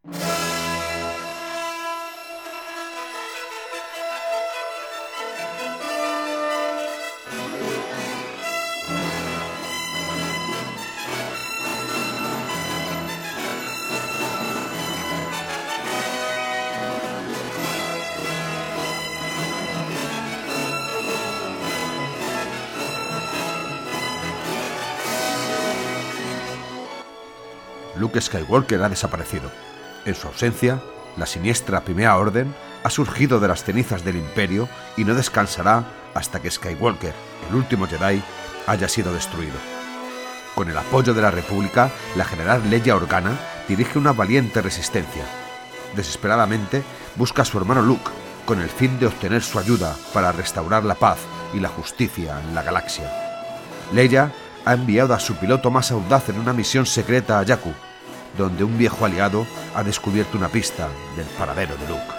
Luke Skywalker ha desaparecido. En su ausencia, la siniestra Primera Orden ha surgido de las cenizas del Imperio y no descansará hasta que Skywalker, el último Jedi, haya sido destruido. Con el apoyo de la República, la general Leia Organa dirige una valiente resistencia. Desesperadamente, busca a su hermano Luke, con el fin de obtener su ayuda para restaurar la paz y la justicia en la galaxia. Leia ha enviado a su piloto más audaz en una misión secreta a Jakku, donde un viejo aliado ha descubierto una pista del paradero de Luke.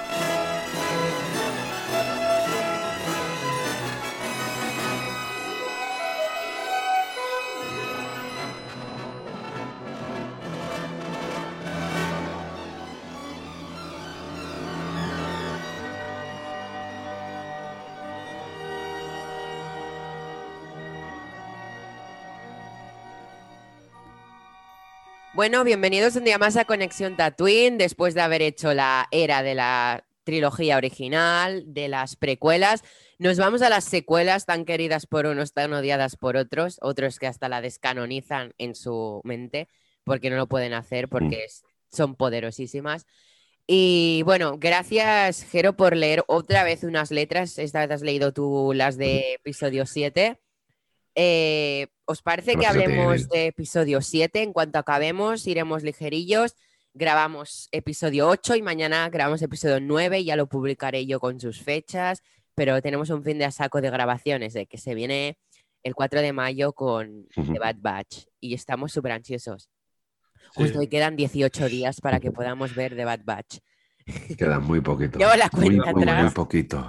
Bueno, bienvenidos un día más a Conexión Tatooine, después de haber hecho la era de la trilogía original, de las precuelas. Nos vamos a las secuelas, tan queridas por unos, tan odiadas por otros, otros que hasta la descanonizan en su mente, porque no lo pueden hacer, porque son poderosísimas. Y bueno, gracias, Jero, por leer otra vez unas letras. Esta vez has leído tú las de episodio 7. ¿Os parece que hablemos de episodio 7? En cuanto acabemos, iremos ligerillos, grabamos episodio 8 y mañana grabamos episodio 9 y ya lo publicaré yo con sus fechas, pero tenemos un fin de a saco de grabaciones, de que se viene el 4 de mayo con The Bad Batch y estamos súper ansiosos. Justo hoy quedan 18 días para que podamos ver The Bad Batch. Quedan muy poquito. Llevo la cuenta atrás. Muy poquito.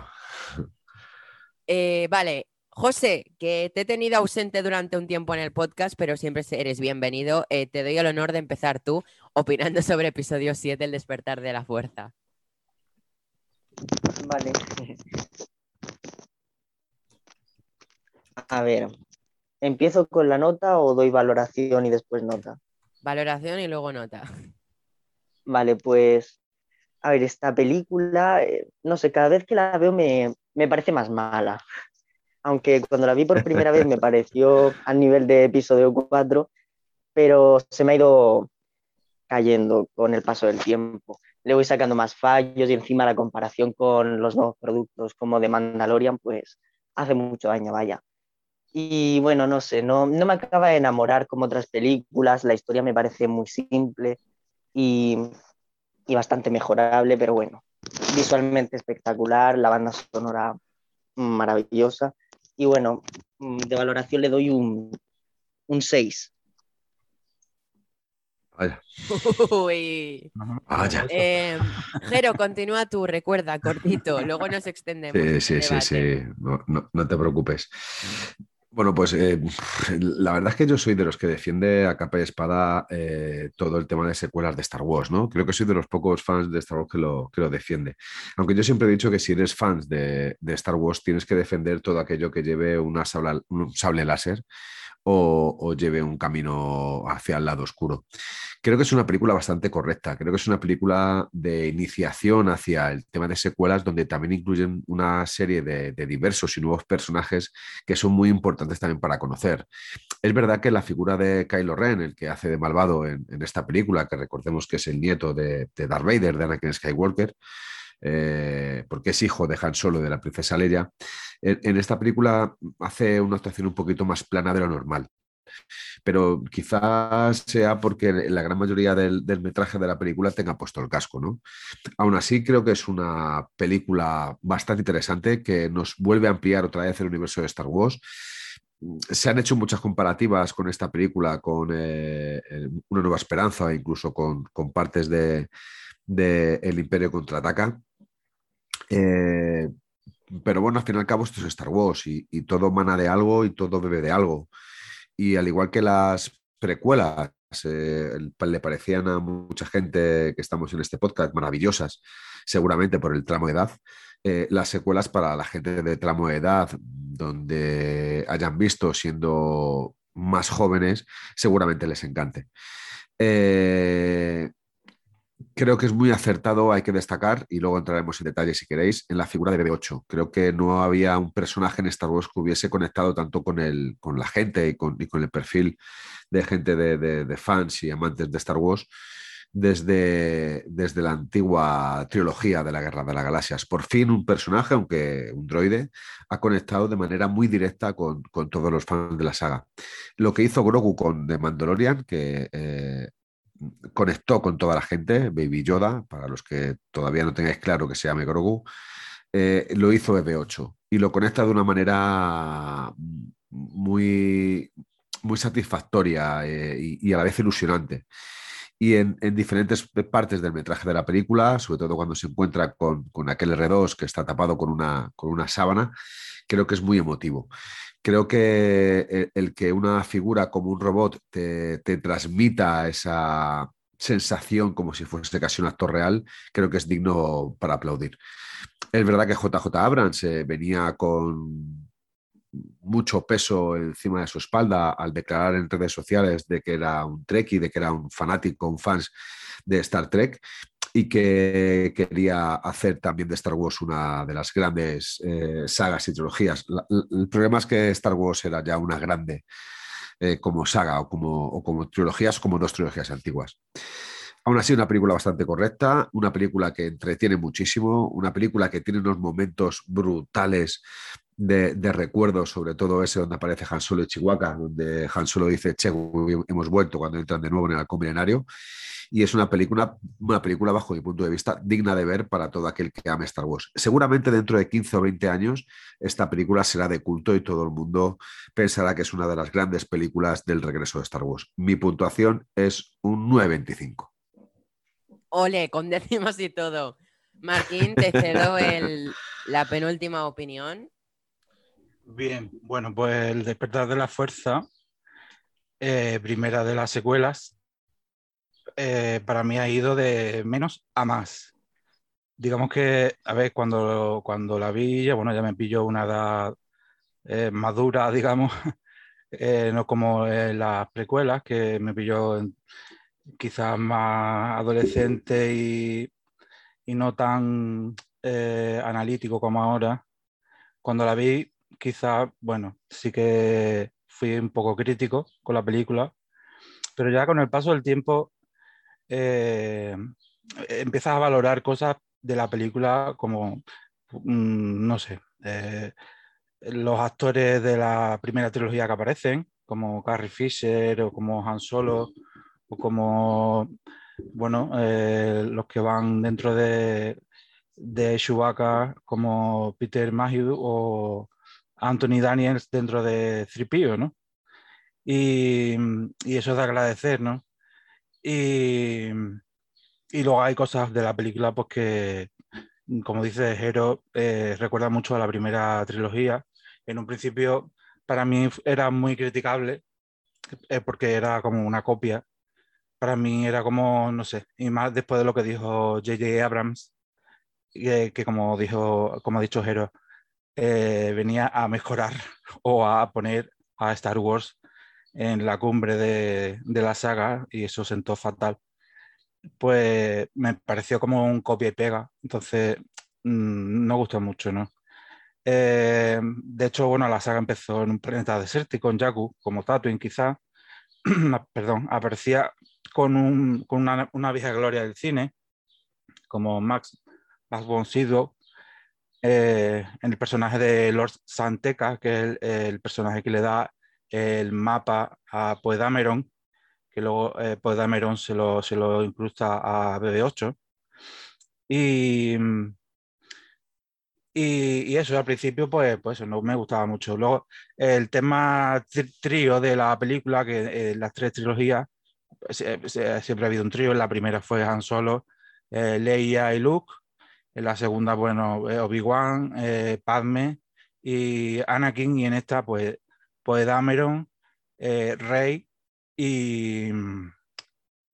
Vale. José, que te he tenido ausente durante un tiempo en el podcast, pero siempre eres bienvenido. Te doy el honor de empezar tú opinando sobre episodio 7, El despertar de la fuerza. Vale. A ver, ¿empiezo con la nota o doy valoración y después nota? Valoración y luego nota. Vale, pues, a ver, esta película, no sé, cada vez que la veo me parece más mala. Aunque cuando la vi por primera vez me pareció al nivel de episodio 4, pero se me ha ido cayendo con el paso del tiempo. Le voy sacando más fallos y encima la comparación con los nuevos productos como de Mandalorian, pues hace mucho daño, vaya. Y bueno, no sé, no me acaba de enamorar como otras películas, la historia me parece muy simple y bastante mejorable, pero bueno, visualmente espectacular, la banda sonora maravillosa. Y bueno, de valoración le doy un 6. Vaya. Uy. Vaya. Jero, continúa tú, recuerda, cortito, luego nos extendemos. Sí. No te preocupes. Bueno, pues la verdad es que yo soy de los que defiende a capa y espada todo el tema de secuelas de Star Wars, ¿no? Creo que soy de los pocos fans de Star Wars que lo defiende. Aunque yo siempre he dicho que si eres fan de Star Wars tienes que defender todo aquello que lleve un sable láser o lleve un camino hacia el lado oscuro. Creo que es una película bastante correcta. Creo que es una película de iniciación hacia el tema de secuelas donde también incluyen una serie de diversos y nuevos personajes que son muy importantes también para conocer. Es verdad que la figura de Kylo Ren, el que hace de malvado en esta película, que recordemos que es el nieto de Darth Vader, de Anakin Skywalker, porque es hijo de Han Solo, de la princesa Leia, en esta película hace una actuación un poquito más plana de lo normal. Pero quizás sea porque la gran mayoría del metraje de la película tenga puesto el casco, ¿no? Aún así, creo que es una película bastante interesante que nos vuelve a ampliar otra vez el universo de Star Wars. Se han hecho muchas comparativas con esta película, con Una Nueva Esperanza, incluso con partes de El Imperio Contraataca. Pero bueno, al fin y al cabo esto es Star Wars y todo mana de algo y todo bebe de algo. Y al igual que las precuelas le parecían a mucha gente que estamos en este podcast maravillosas, seguramente por el tramo de edad, las secuelas para la gente de tramo de edad donde hayan visto siendo más jóvenes, seguramente les encante. Eh, Creo que es muy acertado, hay que destacar, y luego entraremos en detalle si queréis, en la figura de BB-8. Creo que no había un personaje en Star Wars que hubiese conectado tanto con la gente y con el perfil de gente de fans y amantes de Star Wars desde la antigua trilogía de la Guerra de las Galaxias. Por fin un personaje, aunque un droide, ha conectado de manera muy directa con todos los fans de la saga. Lo que hizo Grogu con The Mandalorian, que conectó con toda la gente, Baby Yoda, para los que todavía no tengáis claro que se llame Grogu, lo hizo BB-8 y lo conecta de una manera muy, muy satisfactoria y a la vez ilusionante. Y en diferentes partes del metraje de la película, sobre todo cuando se encuentra con aquel R2 que está tapado con una sábana, creo que es muy emotivo. Creo que el que una figura como un robot te transmita esa sensación como si fuese casi un actor real, creo que es digno para aplaudir. Es verdad que JJ Abrams venía con mucho peso encima de su espalda al declarar en redes sociales de que era un Trekkie, de que era un fanático, un fans de Star Trek y que quería hacer también de Star Wars una de las grandes sagas y trilogías. El problema es que Star Wars era ya una grande como saga o como trilogías, como dos trilogías antiguas. Aún así, una película bastante correcta, una película que entretiene muchísimo, una película que tiene unos momentos brutales de recuerdo, sobre todo ese donde aparece Han Solo y Chewbacca, donde Han Solo dice, che, hemos vuelto cuando entran de nuevo en el halcón milenario. Y es una película, bajo mi punto de vista, digna de ver para todo aquel que ame Star Wars. Seguramente dentro de 15 o 20 años esta película será de culto y todo el mundo pensará que es una de las grandes películas del regreso de Star Wars. Mi puntuación es un 9,25. Ole, con décimas y todo. Marquín, te cedo la penúltima opinión. Bien, bueno, pues El despertar de la fuerza, primera de las secuelas, para mí ha ido de menos a más. Digamos que, a ver, cuando la vi, ya, bueno, ya me pilló una edad madura, digamos, no como las precuelas, que me pilló quizás más adolescente y no tan analítico como ahora. Cuando la vi, quizás, bueno, sí que fui un poco crítico con la película, pero ya con el paso del tiempo eh, empiezas a valorar cosas de la película como, no sé, los actores de la primera trilogía que aparecen, como Carrie Fisher o como Han Solo, o como, bueno, los que van dentro de Chewbacca, como Peter Mayhew o Anthony Daniels dentro de 3PO, ¿no? Y, y eso es de agradecer, ¿no? Y, y luego hay cosas de la película pues que, como dice Hero, recuerda mucho a la primera trilogía. En un principio, para mí era muy criticable porque era como una copia. Para mí era como, no sé, y más después de lo que dijo J.J. Abrams, que como ha dicho Hero, venía a mejorar o a poner a Star Wars en la cumbre de la saga y eso sentó fatal. Pues me pareció como un copia y pega, entonces no gustó mucho, ¿no? De hecho, bueno, la saga empezó en un planeta desértico, en Jakku, como Tatooine quizá, perdón, aparecía con una vieja gloria del cine, como Max von Sydow, en el personaje de Lord Santeca, que es el personaje que le da el mapa a Poe Dameron, que luego Poe Dameron se lo incrusta a BB-8. Y, y eso, al principio, pues no me gustaba mucho. Luego, el tema trío de la película, que las tres trilogías, siempre ha habido un trío. En la primera fue Han Solo, Leia y Luke. En la segunda, bueno, Obi-Wan, Padme y Anakin. Y en esta, pues Dameron, Rey y,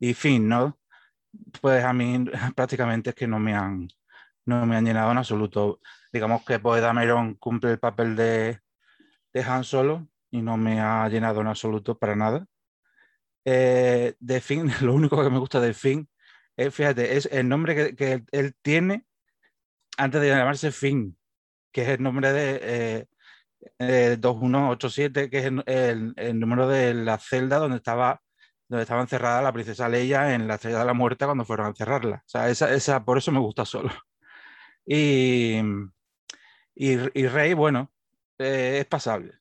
y Finn, ¿no? Pues a mí prácticamente es que no me han llenado en absoluto. Digamos que Poe Dameron cumple el papel de Han Solo y no me ha llenado en absoluto para nada. De Finn, lo único que me gusta de Finn es, fíjate, es el nombre que él tiene antes de llamarse Finn, que es el nombre de 2187, que es el número de la celda donde estaba encerrada la princesa Leia en la Estrella de la Muerte cuando fueron a encerrarla. O sea, por eso me gusta Solo. Y, y Rey, bueno, es pasable.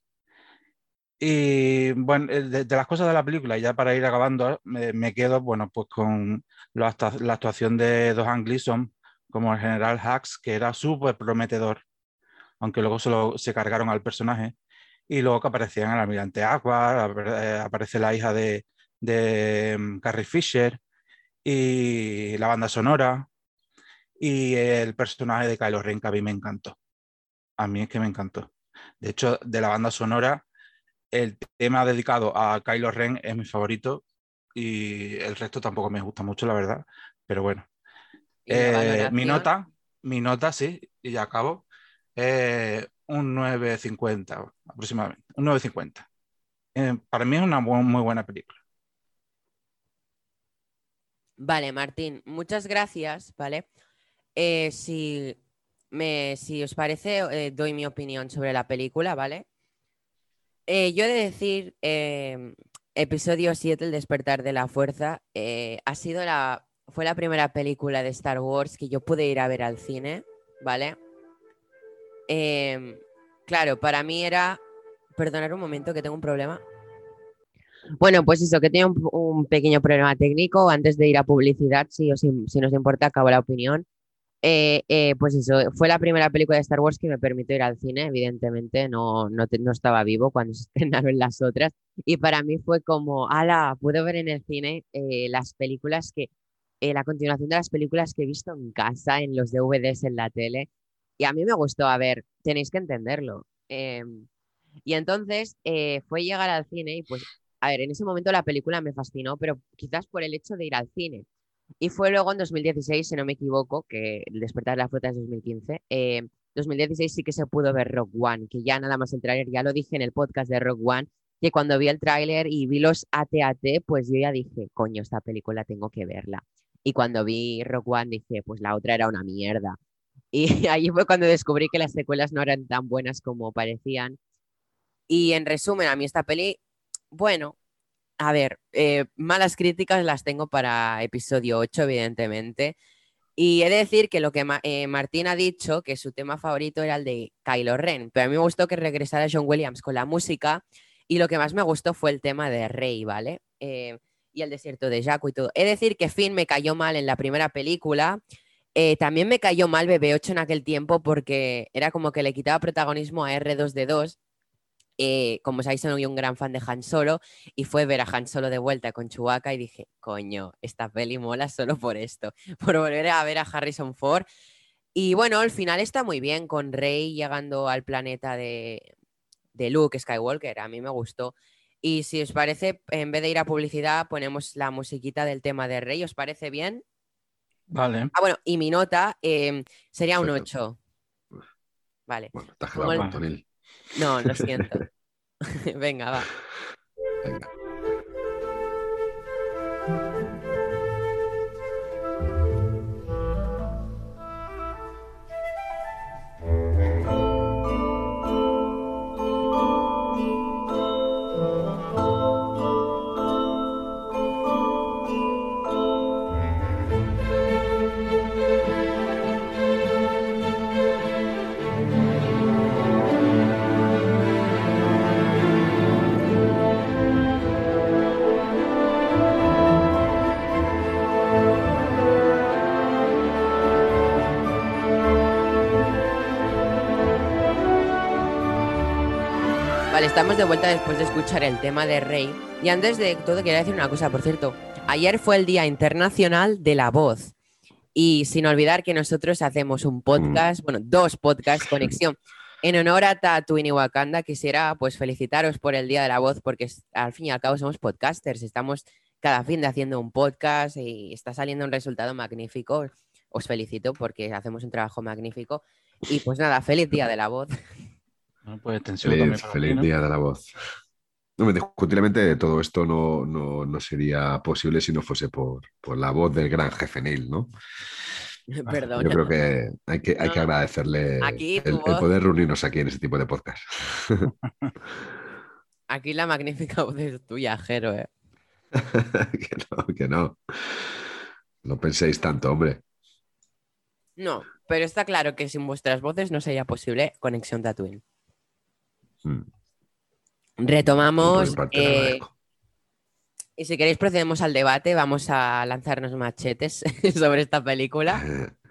Y bueno, de las cosas de la película, y ya para ir acabando, me quedo, bueno, pues con la actuación de Dohan Gleeson como el general Hux, que era súper prometedor, aunque luego se cargaron al personaje. Y luego que aparecía en el Almirante Aqua, aparece la hija de Carrie Fisher, y la banda sonora, y el personaje de Kylo Ren, que a mí me encantó. A mí es que me encantó. De hecho, de la banda sonora, el tema dedicado a Kylo Ren es mi favorito y el resto tampoco me gusta mucho, la verdad. Pero bueno, ¿Y la mi valoración? nota, sí, y ya acabo, un 9,50 aproximadamente, un 9,50. Para mí es una muy buena película. Vale, Martín, muchas gracias, ¿vale? Si os parece, doy mi opinión sobre la película, ¿vale? Yo he de decir, episodio 7, El despertar de la fuerza, fue la primera película de Star Wars que yo pude ir a ver al cine, ¿vale? Claro, para mí era... Perdonar un momento que tengo un problema. Bueno, pues eso, que tenía un pequeño problema técnico. Antes de ir a publicidad, si nos importa, acabo la opinión. Pues eso, fue la primera película de Star Wars que me permitió ir al cine, evidentemente, no estaba vivo cuando se estrenaron las otras, y para mí fue como, ala, puedo ver en el cine las películas la continuación de las películas que he visto en casa, en los DVDs, en la tele, y a mí me gustó, a ver, tenéis que entenderlo. Y entonces fue llegar al cine y pues, a ver, en ese momento la película me fascinó, pero quizás por el hecho de ir al cine. Y fue luego en 2016, si no me equivoco, que El despertar de la flota es 2015. 2016 sí que se pudo ver Rogue One, que ya nada más el tráiler, ya lo dije en el podcast de Rogue One, que cuando vi el tráiler y vi los AT-AT, pues yo ya dije, coño, esta película tengo que verla. Y cuando vi Rogue One dije, pues la otra era una mierda. Y ahí fue cuando descubrí que las secuelas no eran tan buenas como parecían. Y en resumen, a mí esta peli, bueno, a ver, malas críticas las tengo para episodio 8, evidentemente. Y he de decir que lo que Martín ha dicho, que su tema favorito era el de Kylo Ren, pero a mí me gustó que regresara John Williams con la música y lo que más me gustó fue el tema de Rey, ¿vale? Y el desierto de Jakku y todo. He de decir que Finn me cayó mal en la primera película. También me cayó mal BB-8 en aquel tiempo porque era como que le quitaba protagonismo a R2D2. Como sabéis, soy un gran fan de Han Solo y fue ver a Han Solo de vuelta con Chewbacca y dije, coño, esta peli mola solo por esto, por volver a ver a Harrison Ford. Y bueno, al final está muy bien con Rey llegando al planeta de Luke Skywalker, a mí me gustó. Y si os parece, en vez de ir a publicidad, ponemos la musiquita del tema de Rey, ¿os parece bien? Vale. Ah, bueno, y mi nota sería un Perfecto. 8. Vale. Bueno, te has Pongo quedado el... con él. No, lo siento. Venga, va. Venga. Vale, estamos de vuelta después de escuchar el tema de Rey. Y antes de todo, quería decir una cosa, por cierto. Ayer fue el Día Internacional de la Voz. Y sin olvidar que nosotros hacemos un podcast, bueno, 2 podcasts, Conexión. En honor a Tatooine y Wakanda, quisiera pues felicitaros por el Día de la Voz, porque al fin y al cabo somos podcasters, estamos cada fin de haciendo un podcast y está saliendo un resultado magnífico. Os felicito porque hacemos un trabajo magnífico. Y pues nada, feliz Día de la Voz. Bueno, pues extensivo también para ti, Feliz ¿no? día de la voz. No, indiscutiblemente todo esto no sería posible si no fuese por la voz del gran jefe Neil, ¿no? Yo Perdona. creo que hay que No, agradecerle aquí tu el voz, poder reunirnos aquí en ese tipo de podcast. aquí la magnífica voz es tuya, Jero, ¿eh? Que no, que no. No penséis tanto, hombre. No, pero está claro que sin vuestras voces no sería posible Conexión Tatooine. Mm. Y por mi Retomamos parte lo agradezco. y si queréis procedemos al debate, vamos a lanzarnos machetes sobre esta película.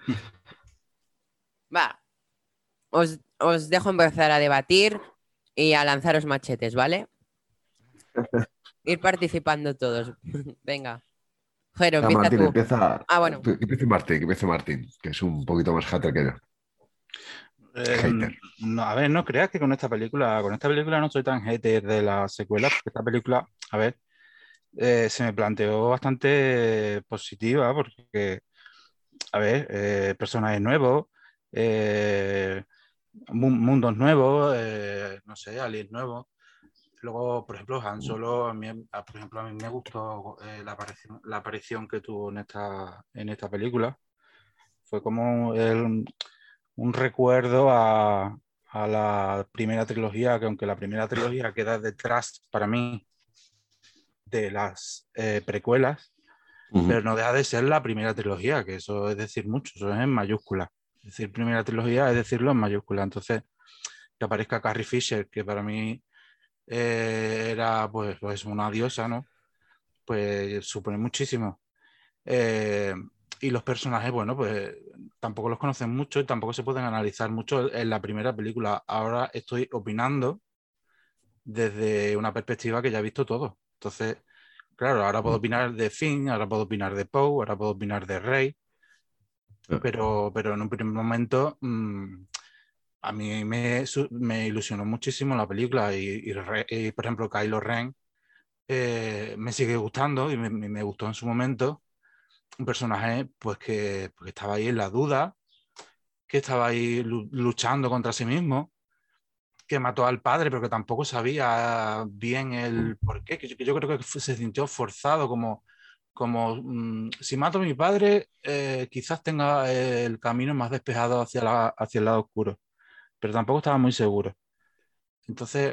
Va, os dejo empezar a debatir y a lanzaros machetes, ¿vale? Ir participando todos. Venga. Jero, Ya, empieza Martín, tú. empieza. Ah, bueno. Que empiece Martín, que es un poquito más hater que yo. Eh, Hater. no, a ver, no creas que con esta película no soy tan hater de la secuela, porque esta película, a ver, se me planteó bastante positiva, porque, a ver, personajes nuevos, eh, mundos nuevos, no sé, aliens nuevos. Luego, por ejemplo, Han Solo, por ejemplo, a mí me gustó la aparición que tuvo en esta película. Fue como un recuerdo a la primera trilogía, que aunque la primera trilogía queda detrás para mí de las precuelas, pero no deja de ser la primera trilogía, que eso es decir mucho, eso es en mayúscula. Es decir, primera trilogía es decirlo en mayúscula. Entonces, que aparezca Carrie Fisher, que para mí era pues una diosa, ¿no? Pues supone muchísimo. Eh, y los personajes, bueno, pues tampoco los conocen mucho y tampoco se pueden analizar mucho en la primera película. Ahora estoy opinando desde una perspectiva que ya he visto todo. Entonces, claro, ahora puedo opinar de Finn, ahora puedo opinar de Poe, ahora puedo opinar de Rey, pero en un primer momento a mí me ilusionó muchísimo la película y, por ejemplo, Kylo Ren me sigue gustando y me gustó en su momento. Un personaje pues que estaba ahí en la duda, que estaba ahí luchando contra sí mismo, que mató al padre, pero que tampoco sabía bien el por qué, que yo creo que se sintió forzado, como si mato a mi padre, quizás tenga el camino más despejado hacia el lado oscuro, pero tampoco estaba muy seguro. Entonces,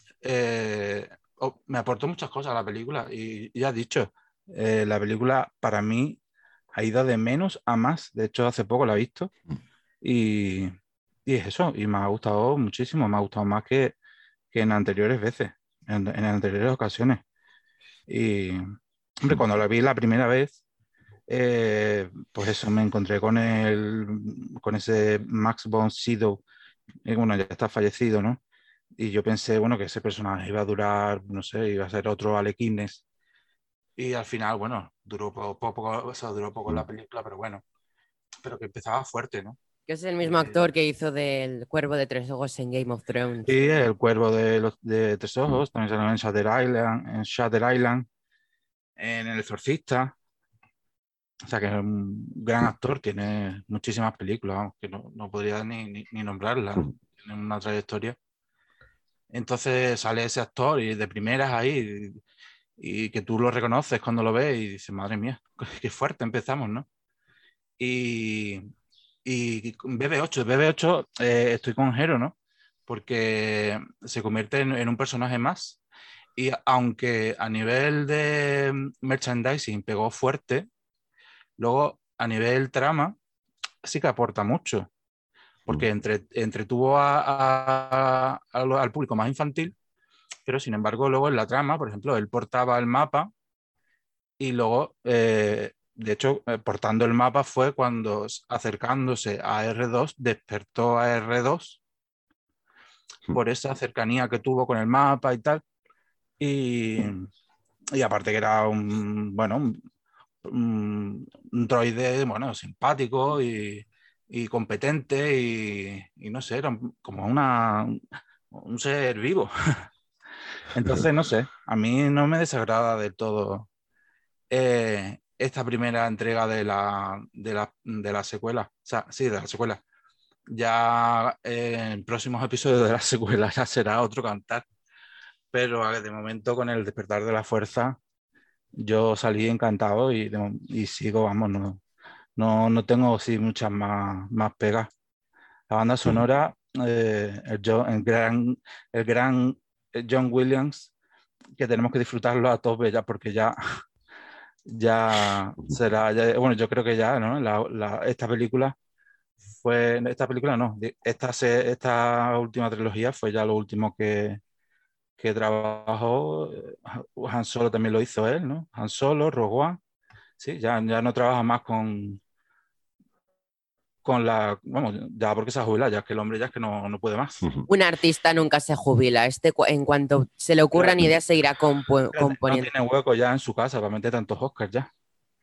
me aportó muchas cosas la película y ya he dicho, la película para mí ha ido de menos a más. De hecho, hace poco la he visto y, y es eso. Y me ha gustado muchísimo. Me ha gustado más que en anteriores veces, en anteriores ocasiones. Y, hombre, cuando la vi la primera vez, pues eso, me encontré con ese Max von Sydow. Bueno, ya está fallecido, ¿no? Y yo pensé, bueno, que ese personaje iba a durar, no sé, iba a ser otro Alec Guinness. Y al final, bueno, duró poco, o sea, duró poco la película, pero bueno, pero que empezaba fuerte, ¿no? Que es el mismo actor que hizo del Cuervo de Tres Ojos en Game of Thrones. Y el cuervo de Tres Ojos, también salió en Shutter Island, en El Exorcista. O sea, que es un gran actor, tiene muchísimas películas, vamos, que no podría ni nombrarlas, tiene una trayectoria. Entonces sale ese actor y de primeras ahí, y que tú lo reconoces cuando lo ves y dices, madre mía, qué fuerte empezamos, ¿no? Y, y BB8 estoy con Jero, ¿no? Porque se convierte en un personaje más. Y aunque a nivel de merchandising pegó fuerte, luego a nivel trama sí que aporta mucho. Porque entretuvo al público más infantil, pero sin embargo luego en la trama, por ejemplo, él portaba el mapa y luego, de hecho, portando el mapa fue cuando acercándose a R2 despertó a R2 por esa cercanía que tuvo con el mapa y tal. Y, y aparte que era bueno, un droide, bueno, simpático y competente y no sé, era como un ser vivo. Entonces, no sé, a mí no me desagrada del todo esta primera entrega de la secuela. O sea, sí, de la secuela. Ya en próximos episodios de la secuela ya será otro cantar. Pero de momento con el despertar de la fuerza yo salí encantado y sigo, vamos, no tengo sí, muchas más pegas. La banda sonora, el gran John Williams, que tenemos que disfrutarlo a tope ya, porque ya será, bueno, yo creo que ya, ¿no? Esta película no, esta última trilogía fue ya lo último que trabajó. Han Solo también lo hizo él, ¿no? Han Solo, Rogue One, sí, ya no trabaja más vamos, ya porque se ha jubilado, ya es que el hombre ya es que no puede más. Un artista nunca se jubila. En cuanto se le ocurran ideas, seguirá No componiendo. tiene hueco ya en su casa para meter tantos Oscars ya.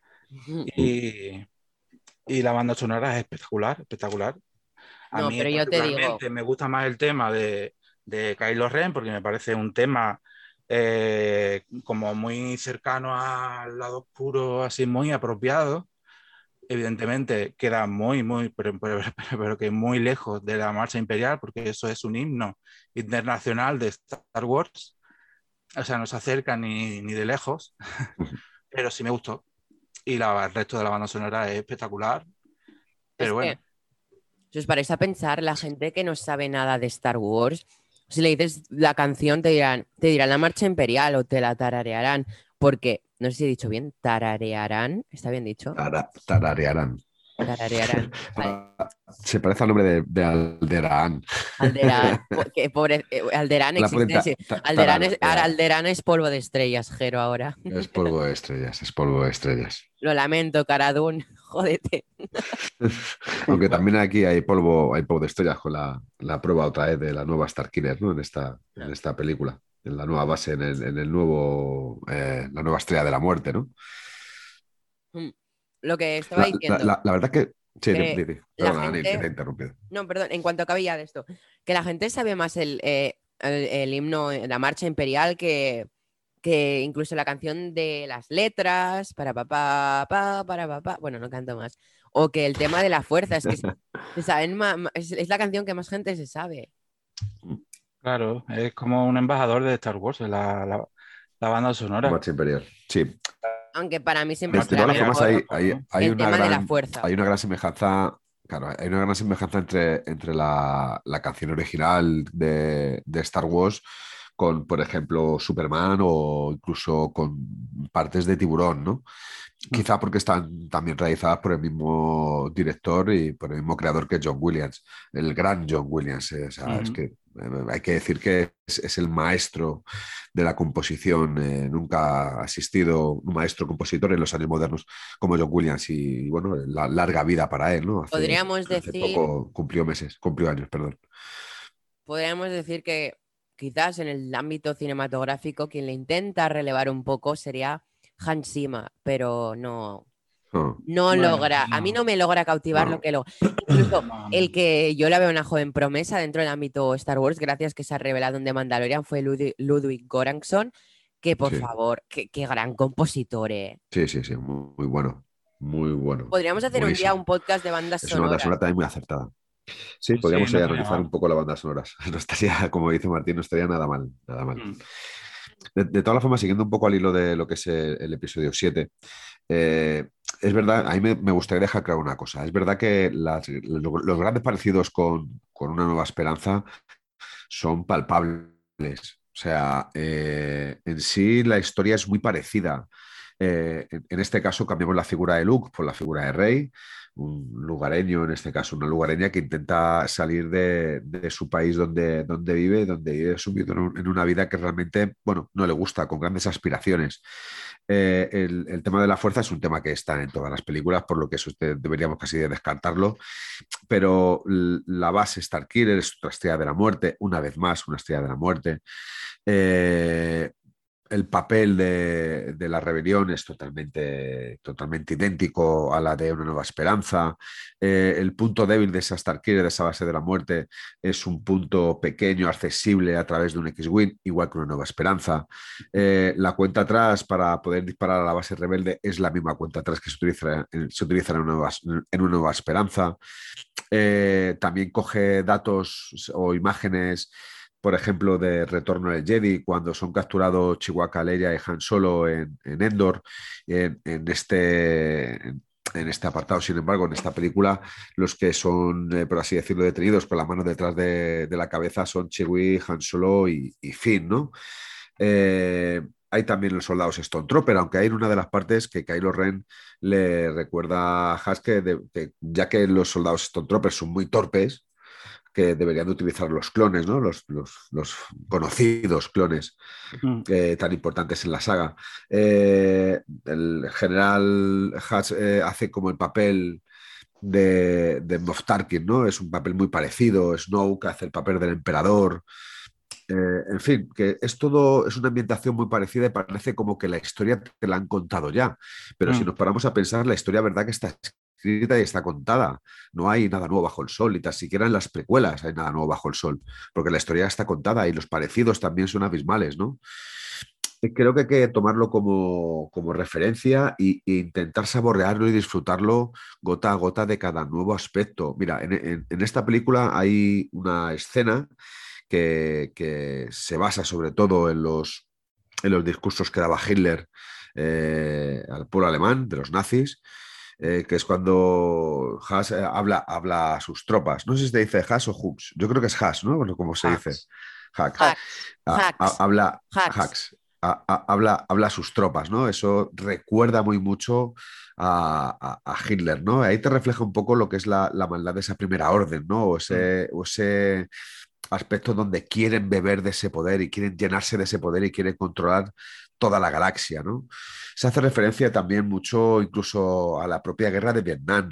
Y la banda sonora es espectacular, espectacular. A No, mí pero yo te digo, particularmente me gusta más el tema de Kylo Ren, porque me parece un tema como muy cercano al lado oscuro, así muy apropiado. Evidentemente queda pero que muy lejos de la marcha imperial, porque eso es un himno internacional de Star Wars. O sea, no se acerca ni de lejos, pero sí me gustó. Y el resto de la banda sonora es espectacular. Pero es bueno. que si os paráis a pensar, la gente que no sabe nada de Star Wars, si le dices la canción, te dirán la marcha imperial o te la tararearán, porque, no sé si he dicho bien, tararearán, ¿está bien dicho? Tararearán. Tararearán. Vale. Se parece al nombre de Alderaan. Alderaan, pobre, Alderaan La existe. pueden Sí. Alderaan es polvo de estrellas, Jero, ahora. Es polvo de estrellas, es polvo de estrellas. Lo lamento, Cara Dune, jódete. Aunque también aquí hay polvo de estrellas con la prueba otra vez de la nueva Starkiller, ¿no? En esta película, en la nueva base, en el nuevo, la nueva estrella de la muerte, ¿no? Lo que estaba diciendo, La verdad que... Sí, que la perdona, Anil, que te he gente... interrumpido. No, perdón, en cuanto acabe ya de esto, que la gente sabe más el himno, la marcha imperial, que incluso la canción de las letras, para papá, para papá, bueno, no canto más, o que el tema de la fuerza, es que se saben es la canción que más gente se sabe. Claro, es como un embajador de Star Wars, la banda sonora. Marcha Imperial, sí. Aunque para mí siempre De será todas mejor formas, hay el una tema de la gran, fuerza. hay una gran semejanza, claro, hay una gran semejanza entre la canción original de Star Wars con, por ejemplo, Superman o incluso con partes de Tiburón, ¿no? Quizá porque están también realizadas por el mismo director y por el mismo creador que John Williams, el gran John Williams. O sea, es que hay que decir que es el maestro de la composición. Nunca ha asistido un maestro compositor en los años modernos como John Williams y bueno, la larga vida para él, ¿no? Podríamos Hace decir, poco cumplió años, perdón. podríamos decir que quizás en el ámbito cinematográfico quien le intenta relevar un poco sería Hans Zimmer, pero no Bueno, logra, a mí no me logra cautivar No. lo que incluso No. el que yo la veo una joven promesa dentro del ámbito Star Wars, gracias que se ha revelado en The Mandalorian, fue Ludwig Göransson, que por Sí. favor, qué gran compositor, Sí, muy, muy bueno. Muy bueno. Podríamos hacer un día Buenísimo. un podcast de bandas Es una banda sonoras. sonora también muy acertada. Sí, Sí, podríamos no estaría analizar mal. un poco las bandas sonoras. No estaría, como dice Martín, no estaría nada mal, nada mal. Mm. De todas formas, siguiendo un poco al hilo de lo que es el episodio 7, es verdad, a mí me gustaría dejar claro una cosa. Es verdad que los grandes parecidos con Una Nueva Esperanza son palpables. O sea, en sí la historia es muy parecida. En este caso cambiamos la figura de Luke por la figura de Rey, un lugareño, en este caso una lugareña que intenta salir de su país donde vive sumido en una vida que realmente, bueno, no le gusta, con grandes aspiraciones. El tema de la fuerza es un tema que está en todas las películas, por lo que eso deberíamos casi de descartarlo, pero la base Starkiller es otra estrella de la muerte, una vez más una estrella de la muerte. el papel de la rebelión es totalmente idéntico a la de Una Nueva Esperanza. El punto débil de esa Starkiller, de esa base de la muerte, es un punto pequeño, accesible a través de un X-Wing, igual que Una Nueva Esperanza. La cuenta atrás para poder disparar a la base rebelde es la misma cuenta atrás que se utiliza en Una Nueva Esperanza. También coge datos o imágenes, por ejemplo, de Retorno del Jedi, cuando son capturados Chewbacca, Leia y Han Solo en Endor, en este apartado. Sin embargo, en esta película, los que son, por así decirlo, detenidos con la mano detrás de la cabeza son Chewie, Han Solo y Finn, ¿no? Hay también los soldados Stormtrooper, aunque hay en una de las partes que Kylo Ren le recuerda a Hask que ya que los soldados Stormtrooper son muy torpes, que deberían de utilizar los clones, ¿no? Los conocidos clones tan importantes en la saga. El general Hutch hace como el papel de Moff Tarkin, ¿no? Es un papel muy parecido. Snoke hace el papel del emperador. En fin, que es todo, es una ambientación muy parecida y parece como que la historia te la han contado ya. Pero si nos paramos a pensar, la historia, verdad que está escrita y está contada. No hay nada nuevo bajo el sol, y tan siquiera en las precuelas hay nada nuevo bajo el sol, porque la historia está contada y los parecidos también son abismales, ¿no? Creo que hay que tomarlo como referencia e intentar saborearlo y disfrutarlo gota a gota de cada nuevo aspecto. Mira, en esta película hay una escena que se basa sobre todo en los discursos que daba Hitler al pueblo alemán, de los nazis, que es cuando Haas habla a sus tropas. No sé si se dice Haas o Hux. Yo creo que es Haas, ¿no? Bueno, ¿cómo se dice? Hacks. Habla Hacks. Habla a sus tropas, ¿no? Eso recuerda muy mucho a Hitler, ¿no? Ahí te refleja un poco lo que es la maldad de esa primera orden, ¿no? O ese aspectos donde quieren beber de ese poder y quieren llenarse de ese poder y quieren controlar toda la galaxia, ¿no? Se hace referencia también mucho incluso a la propia guerra de Vietnam.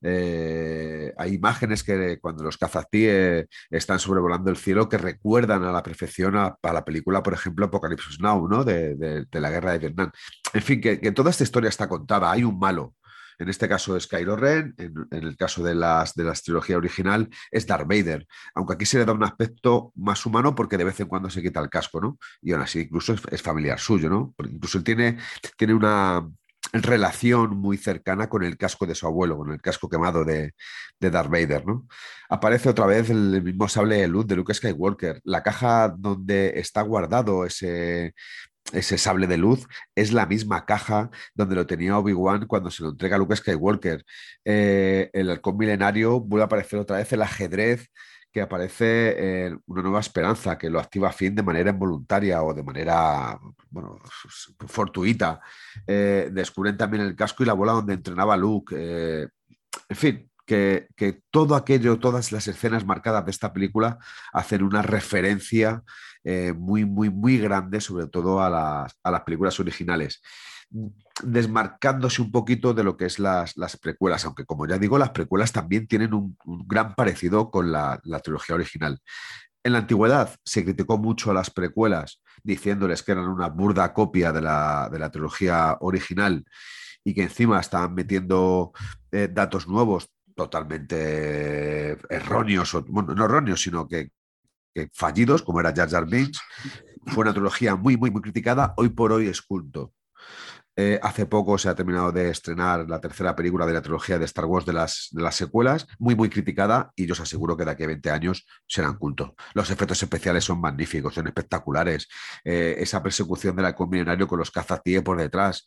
Hay imágenes que cuando los cazatíes están sobrevolando el cielo que recuerdan a la perfección a la película, por ejemplo, Apocalipsis Now, ¿no? De la guerra de Vietnam. En fin, que toda esta historia está contada. Hay un malo. En este caso es Kylo Ren, en el caso de las trilogía original es Darth Vader, aunque aquí se le da un aspecto más humano porque de vez en cuando se quita el casco, ¿no? Y aún así incluso es familiar suyo, ¿no? Porque incluso él tiene una relación muy cercana con el casco de su abuelo, con el casco quemado de Darth Vader, ¿no? Aparece otra vez el mismo sable de luz de Luke Skywalker, la caja donde está guardado ese sable de luz es la misma caja donde lo tenía Obi-Wan cuando se lo entrega a Luke Skywalker. El halcón milenario vuelve a aparecer otra vez el ajedrez que aparece en Una Nueva Esperanza, que lo activa Finn de manera involuntaria o de manera, bueno, fortuita. Descubren también el casco y la bola donde entrenaba Luke. En fin, que todo aquello, todas las escenas marcadas de esta película hacen una referencia muy, muy, muy grande, sobre todo a las películas originales, desmarcándose un poquito de lo que es las precuelas, aunque como ya digo, las precuelas también tienen un gran parecido con la trilogía original. En la antigüedad se criticó mucho a las precuelas, diciéndoles que eran una burda copia de la trilogía original y que encima estaban metiendo datos nuevos totalmente erróneos, bueno, no erróneos, sino que fallidos, como era Jar Jar Binks. Fue una trilogía muy, muy, muy criticada. Hoy por hoy es culto. Hace poco se ha terminado de estrenar la tercera película de la trilogía de Star Wars de las secuelas, muy, muy criticada, y yo os aseguro que de aquí a 20 años serán culto. Los efectos especiales son magníficos, son espectaculares. Esa persecución del halcón milenario con los cazatíes por detrás,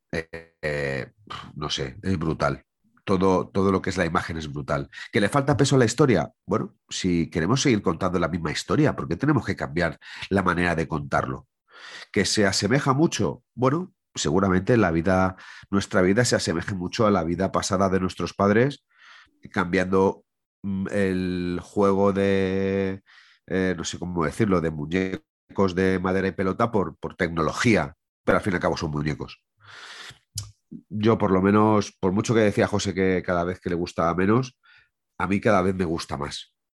no sé, es brutal. Todo lo que es la imagen es brutal. ¿Que le falta peso a la historia? Bueno, si queremos seguir contando la misma historia, ¿por qué tenemos que cambiar la manera de contarlo? ¿Que se asemeja mucho? Bueno, seguramente nuestra vida se asemeje mucho a la vida pasada de nuestros padres, cambiando el juego no sé cómo decirlo, de muñecos de madera y pelota por tecnología, pero al fin y al cabo son muñecos. Yo por lo menos, por mucho que decía José que cada vez que le gustaba menos, a mí cada vez me gusta más.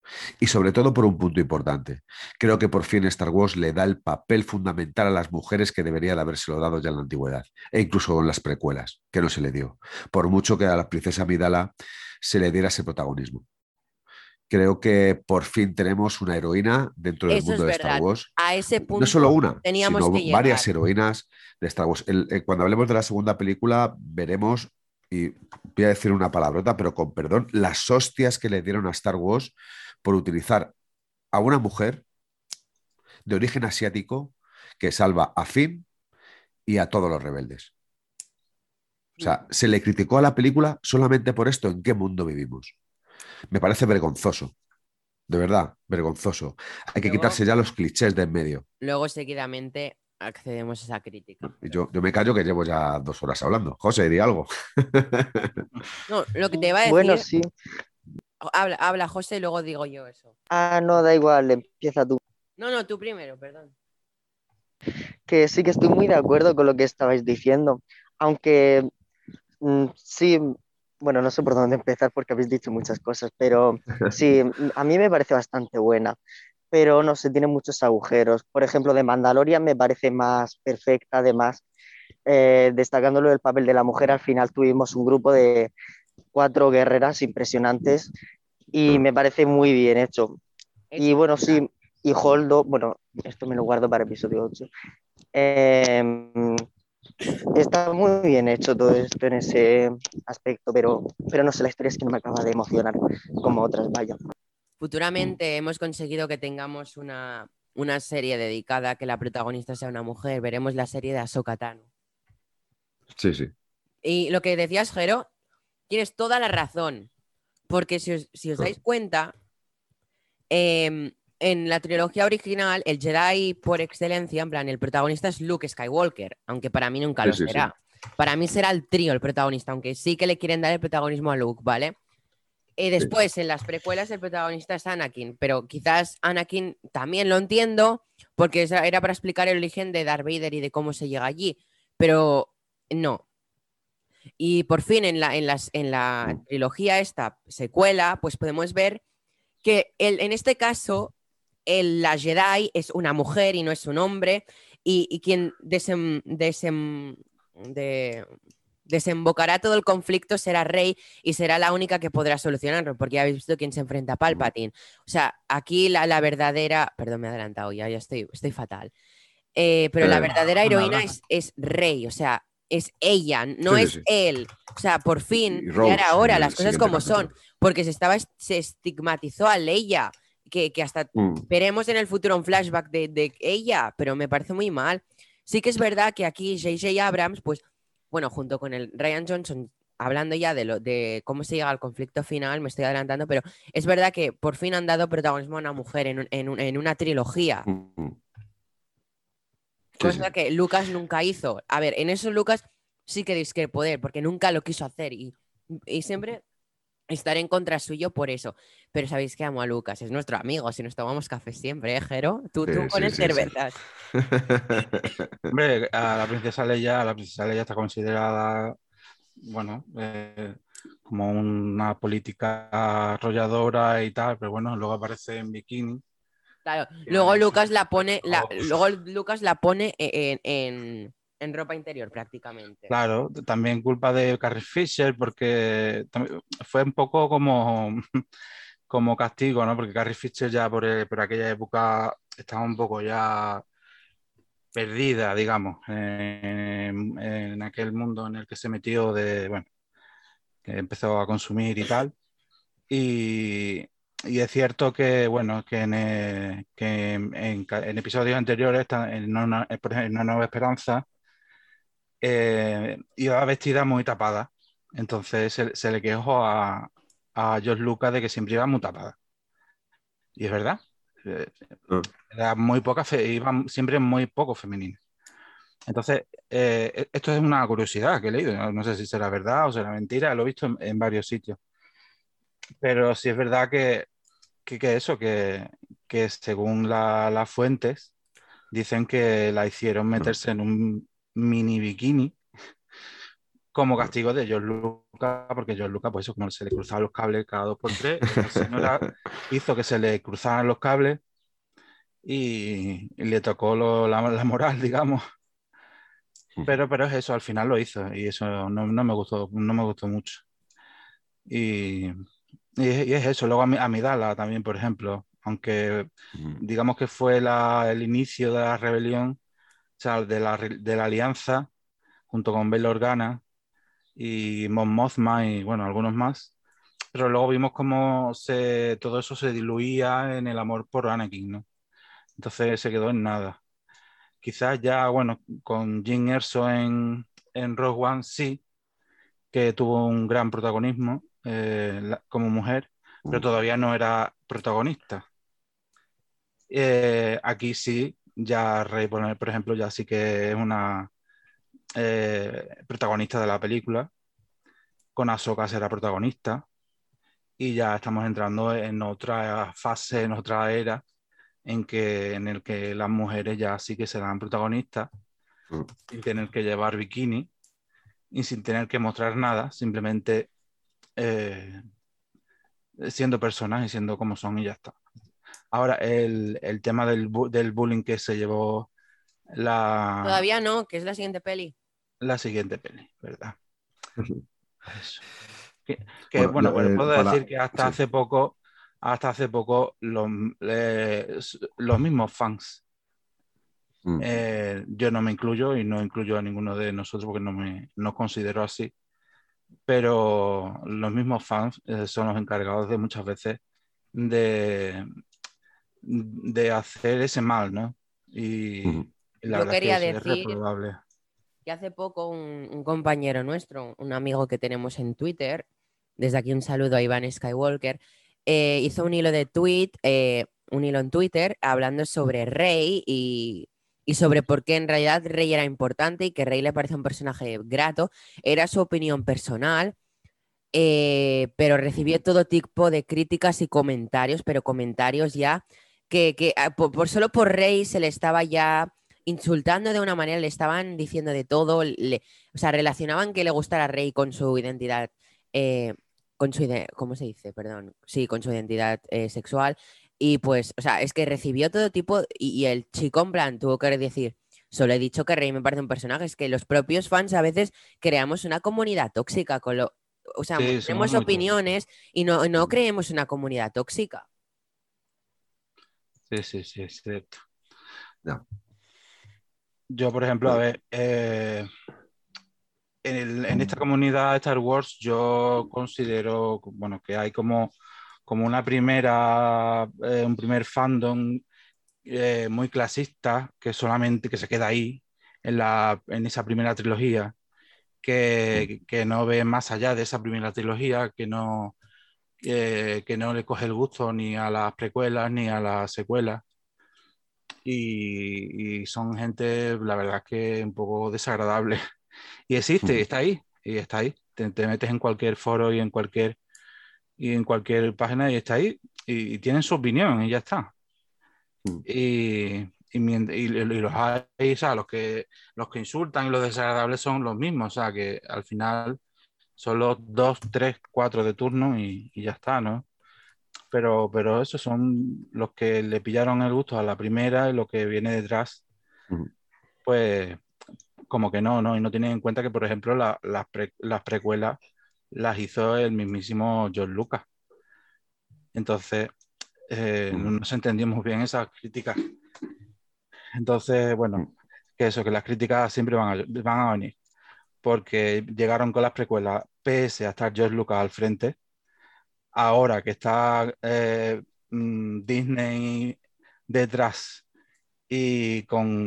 Y sobre todo por un punto importante. Creo que por fin Star Wars le da el papel fundamental a las mujeres que debería de habérselo dado ya en la antigüedad, e incluso en las precuelas, que no se le dio. Por mucho que a la princesa Amidala se le diera ese protagonismo. Creo que por fin tenemos una heroína dentro del Eso es mundo de Star verdad. Wars. A ese No solo punto una, teníamos sino que varias llegar. heroínas de Star Wars. Cuando hablemos de la segunda película, veremos, y voy a decir una palabrota, pero con perdón, las hostias que le dieron a Star Wars por utilizar a una mujer de origen asiático que salva a Finn y a todos los rebeldes. O sea, se le criticó a la película solamente por esto. ¿En qué mundo vivimos? Me parece vergonzoso. De verdad, vergonzoso. Hay que Luego, quitarse ya los clichés de en medio. luego seguidamente accedemos a esa crítica. Y yo me callo que llevo ya 2 horas hablando. José, di algo. No, lo que te iba a Bueno, decir, sí. habla José y luego digo yo eso. Ah, no, da igual, empieza tú. No, tú primero, perdón. Que sí que estoy muy de acuerdo con lo que estabais diciendo, aunque sí, bueno, no sé por dónde empezar porque habéis dicho muchas cosas, pero sí, a mí me parece bastante buena, pero no sé, tiene muchos agujeros. Por ejemplo, de Mandalorian me parece más perfecta, además, destacándolo el papel de la mujer, al final tuvimos un grupo de 4 guerreras impresionantes y me parece muy bien hecho. Y Eso es bueno, verdad. sí, y Holdo, bueno, esto me lo guardo para episodio 8. Está muy bien hecho todo esto en ese aspecto, pero no sé, la historia es que no me acaba de emocionar como otras, vaya. Futuramente hemos conseguido que tengamos una serie dedicada a que la protagonista sea una mujer. Veremos la serie de Ahsoka Tano. Sí, sí. Y lo que decías, Jero, tienes toda la razón. Porque si os dais cuenta, en la trilogía original, el Jedi por excelencia, en plan, el protagonista es Luke Skywalker, aunque para mí nunca Sí, lo sí, sí. será. Para mí será el trío el protagonista, aunque sí que le quieren dar el protagonismo a Luke, ¿vale? Sí. Después, en las precuelas, el protagonista es Anakin, pero quizás Anakin también lo entiendo, porque era para explicar el origen de Darth Vader y de cómo se llega allí, pero no. Y por fin, en la trilogía esta secuela, pues podemos ver que en este caso la Jedi es una mujer y no es un hombre, y quien desembocará todo el conflicto será Rey y será la única que podrá solucionarlo, porque ya habéis visto quién se enfrenta a Palpatine. O sea, aquí la verdadera, perdón, me he adelantado, ya estoy fatal. Pero la verdadera Nada, heroína nada. es Rey, o sea, es ella, no Sí, sí, es sí. él. O sea, por fin, Y ya era Rose hora, en las el cosas siguiente como son, capítulo. porque se estigmatizó a Leia, que hasta veremos en el futuro un flashback de ella, pero me parece muy mal. Sí que es verdad que aquí J.J. Abrams, pues, bueno, junto con el Ryan Johnson, hablando ya de cómo se llega al conflicto final, me estoy adelantando, pero es verdad que por fin han dado protagonismo a una mujer en una trilogía, Sí, sí. cosa que Lucas nunca hizo. A ver, en eso Lucas sí que discrepo de él, porque nunca lo quiso hacer y siempre estaré en contra suyo por eso. Pero sabéis que amo a Lucas, es nuestro amigo, si nos tomamos café siempre, ¿eh, Jero? Tú Sí, con sí, el sí, sí. cervezas. Hombre, la princesa Leia está considerada, bueno, como una política arrolladora y tal, pero bueno, luego aparece en bikini. Claro, Y luego bueno, Lucas la pone, luego, luego Lucas la pone en ropa interior prácticamente. claro, también culpa de Carrie Fisher porque fue un poco como, como castigo, ¿no? Porque Carrie Fisher ya por aquella época estaba un poco ya perdida, digamos, en aquel mundo en el que se metió bueno, que empezó a consumir y tal. Y, y es cierto que, bueno, que en episodios anteriores, por ejemplo, en Una Nueva Esperanza, iba vestida muy tapada. Entonces se le quejó a George Lucas de que siempre iba muy tapada. Y es verdad. eh, Era muy poca, iba siempre muy poco femenina. Entonces, esto es una curiosidad que he leído. No sé si será verdad o será mentira. Lo he visto en varios sitios. Pero sí es verdad que eso, que según las fuentes, dicen que la hicieron meterse en un mini bikini como castigo de George Lucas porque George Lucas, pues eso, como se le cruzaban los cables cada 2 por 3, esta señora hizo que se le cruzaran los cables y le tocó la moral, digamos. Pero es eso, al final lo hizo y eso no me gustó mucho. Y es eso. Luego Amidala también, por ejemplo, aunque digamos que fue el inicio de la rebelión, o sea, de la alianza, junto con Bail Organa y Mon Mothma y bueno, algunos más. Pero luego vimos cómo todo eso se diluía en el amor por Anakin, ¿no? Entonces se quedó en nada. Quizás ya, bueno, con Jyn Erso en Rogue One sí, que tuvo un gran protagonismo como mujer, pero todavía no era protagonista. Aquí sí, ya Rey, por ejemplo, ya sí que es una protagonista de la película. Con Ahsoka será protagonista y ya estamos entrando en otra fase, en otra era en el que las mujeres ya sí que serán protagonistas sin tener que llevar bikini y sin tener que mostrar nada, simplemente siendo personas y siendo como son y ya está. Ahora, el tema del bullying que se llevó Todavía no, que es la siguiente peli. la siguiente peli, ¿verdad? Eso. Bueno, Bueno, pues puedo decir que sí. hasta hace poco los mismos fans, yo no me incluyo y no incluyo a ninguno de nosotros porque no considero así, pero los mismos fans son los encargados de muchas veces de, de hacer ese mal, ¿no? Y la Yo verdad es que quería eso es decir reprobable. que hace poco un compañero nuestro, un amigo que tenemos en Twitter, desde aquí un saludo a Iván Skywalker, hizo un hilo de tweet, un hilo en Twitter hablando sobre Rey y sobre por qué en realidad Rey era importante y que Rey le parece un personaje grato. Era su opinión personal, pero recibió todo tipo de críticas y comentarios, pero comentarios ya que solo por Rey se le estaba ya insultando de una manera, le estaban diciendo de todo, o sea, relacionaban que le gustara Rey con su identidad, ¿cómo se dice? Perdón, sí, con su identidad sexual. Y pues, o sea, es que recibió todo tipo y el chico en plan tuvo que decir, solo he dicho que Rey me parece un personaje, es que los propios fans a veces creamos una comunidad tóxica con lo, o sea, Sí, somos tenemos muy tóxicos. opiniones y no creemos una comunidad tóxica. Sí, es cierto. Ya. Yo, por ejemplo, a Bueno, ver, en esta comunidad de Star Wars yo considero, bueno, que hay como un primer fandom muy clasista que solamente que se queda ahí en esa primera trilogía, que no ve más allá de esa primera trilogía, que no le coge el gusto ni a las precuelas ni a las secuelas. Y son gente, la verdad es que un poco desagradable. Y existe, y está ahí, y está ahí. Te metes en cualquier foro y en cualquier página y está ahí, y tienen su opinión y ya está. Y los hay, o sea, los que insultan y los desagradables son los mismos, o sea, que al final son los 2, 3, 4 de turno y ya está, ¿no? Pero esos son los que le pillaron el gusto a la primera y lo que viene detrás, pues como que no, y no tienen en cuenta que, por ejemplo, las precuelas las hizo el mismísimo George Lucas. Entonces, no nos entendimos bien esas críticas. Entonces, bueno, que las críticas siempre van a venir, porque llegaron con las precuelas, pese a estar George Lucas al frente. Ahora que está Disney detrás y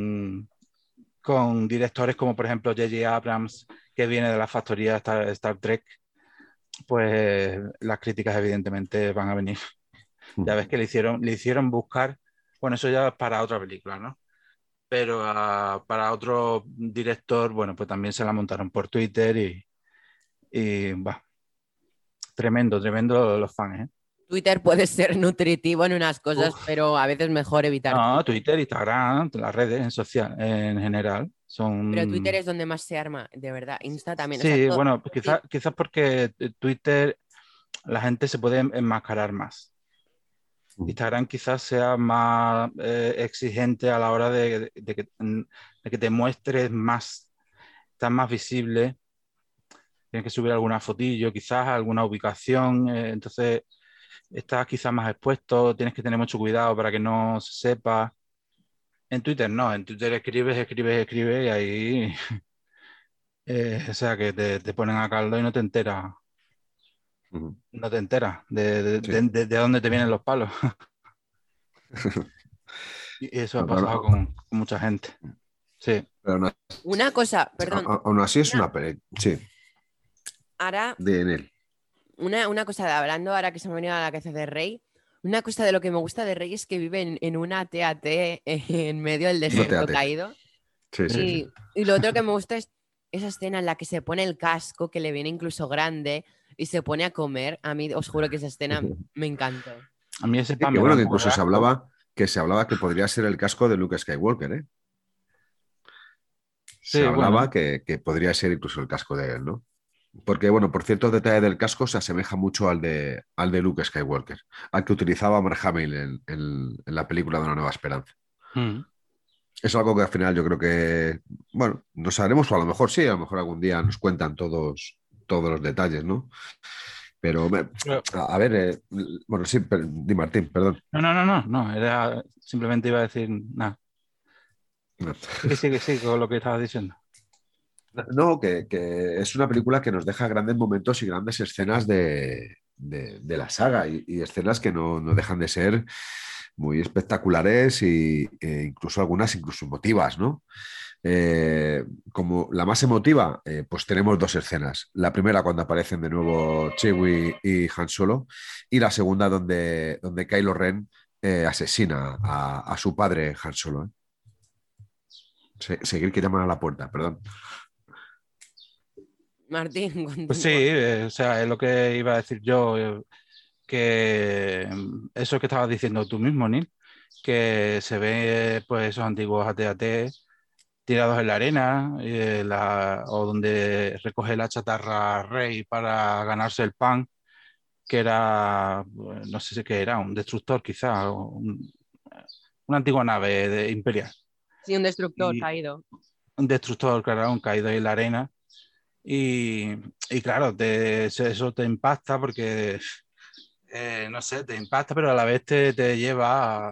con directores como por ejemplo J.J. Abrams, que viene de la factoría de Star Trek, pues las críticas evidentemente van a venir. Ya ves que le hicieron buscar, bueno, eso ya es para otra película, ¿no? Pero para otro director, bueno, pues también se la montaron por Twitter y va, tremendo los fans, ¿eh? Twitter puede ser nutritivo en unas cosas, Uf. pero a veces mejor evitar No, Twitter. Twitter, Instagram, las redes en general. Pero Twitter es donde más se arma, de verdad. Insta también. O sea, Sí, todo... bueno, pues quizás porque Twitter la gente se puede enmascarar más. Instagram quizás sea más exigente a la hora de que te muestres más, estás más visible, tienes que subir alguna fotillo, quizás alguna ubicación, entonces estás quizás más expuesto, tienes que tener mucho cuidado para que no se sepa. En Twitter no, en Twitter escribes y ahí, o sea, que te ponen a caldo y no te enteras. No te enteras Sí. de dónde te vienen los palos. Y eso ha No, pero, pasado con mucha gente. Sí. pero Una cosa, perdón. aún así es una pelea. Sí, Ahora, en él. una cosa, de hablando ahora que se me ha venido a la cabeza de Rey, una cosa de lo que me gusta de Rey es que vive en una TAT en medio del No te desierto ates. caído. Sí, sí, sí. Y lo otro que me gusta es esa escena en la que se pone el casco, que le viene incluso grande, y se pone a comer. A mí os juro que esa escena me encantó. A mí ese Sí, pan que me da bueno, un que poco incluso de asco. se hablaba que podría ser el casco de Luke Skywalker, ¿eh? Se Sí, bueno, hablaba que podría ser incluso el casco de él, ¿no? Porque, bueno, por ciertos detalles del casco se asemeja mucho al de Luke Skywalker, al que utilizaba Mark Hamill en la película de Una Nueva Esperanza. mm, Es algo que al final yo creo que, bueno, no sabremos, o a lo mejor sí, a lo mejor algún día nos cuentan todos los detalles, ¿no? Pero, pero- a ver, bueno, sí, di Martín, perdón. no, era, simplemente iba a decir nada. No. Sigue con lo que estabas diciendo. No, que es una película que nos deja grandes momentos y grandes escenas de la saga y escenas que no dejan de ser muy espectaculares e incluso algunas incluso emotivas, ¿no? Como la más emotiva, pues tenemos dos escenas. La primera cuando aparecen de nuevo Chewie y Han Solo y la segunda donde Kylo Ren asesina a su padre Han Solo. ¿Eh? Seguir que llaman a la puerta, perdón. Martín, Pues sí, continúa. o sea, es lo que iba a decir yo, que eso que estabas diciendo tú mismo, Neil, que se ve pues esos antiguos AT-AT tirados en la arena, o donde recoge la chatarra Rey para ganarse el pan, que era, no sé si qué era, un destructor quizá, una antigua nave imperial. Sí, un destructor Y caído. un destructor, claro, un caído en la arena. Y, y claro, eso te impacta porque, no sé, te impacta, pero a la vez te lleva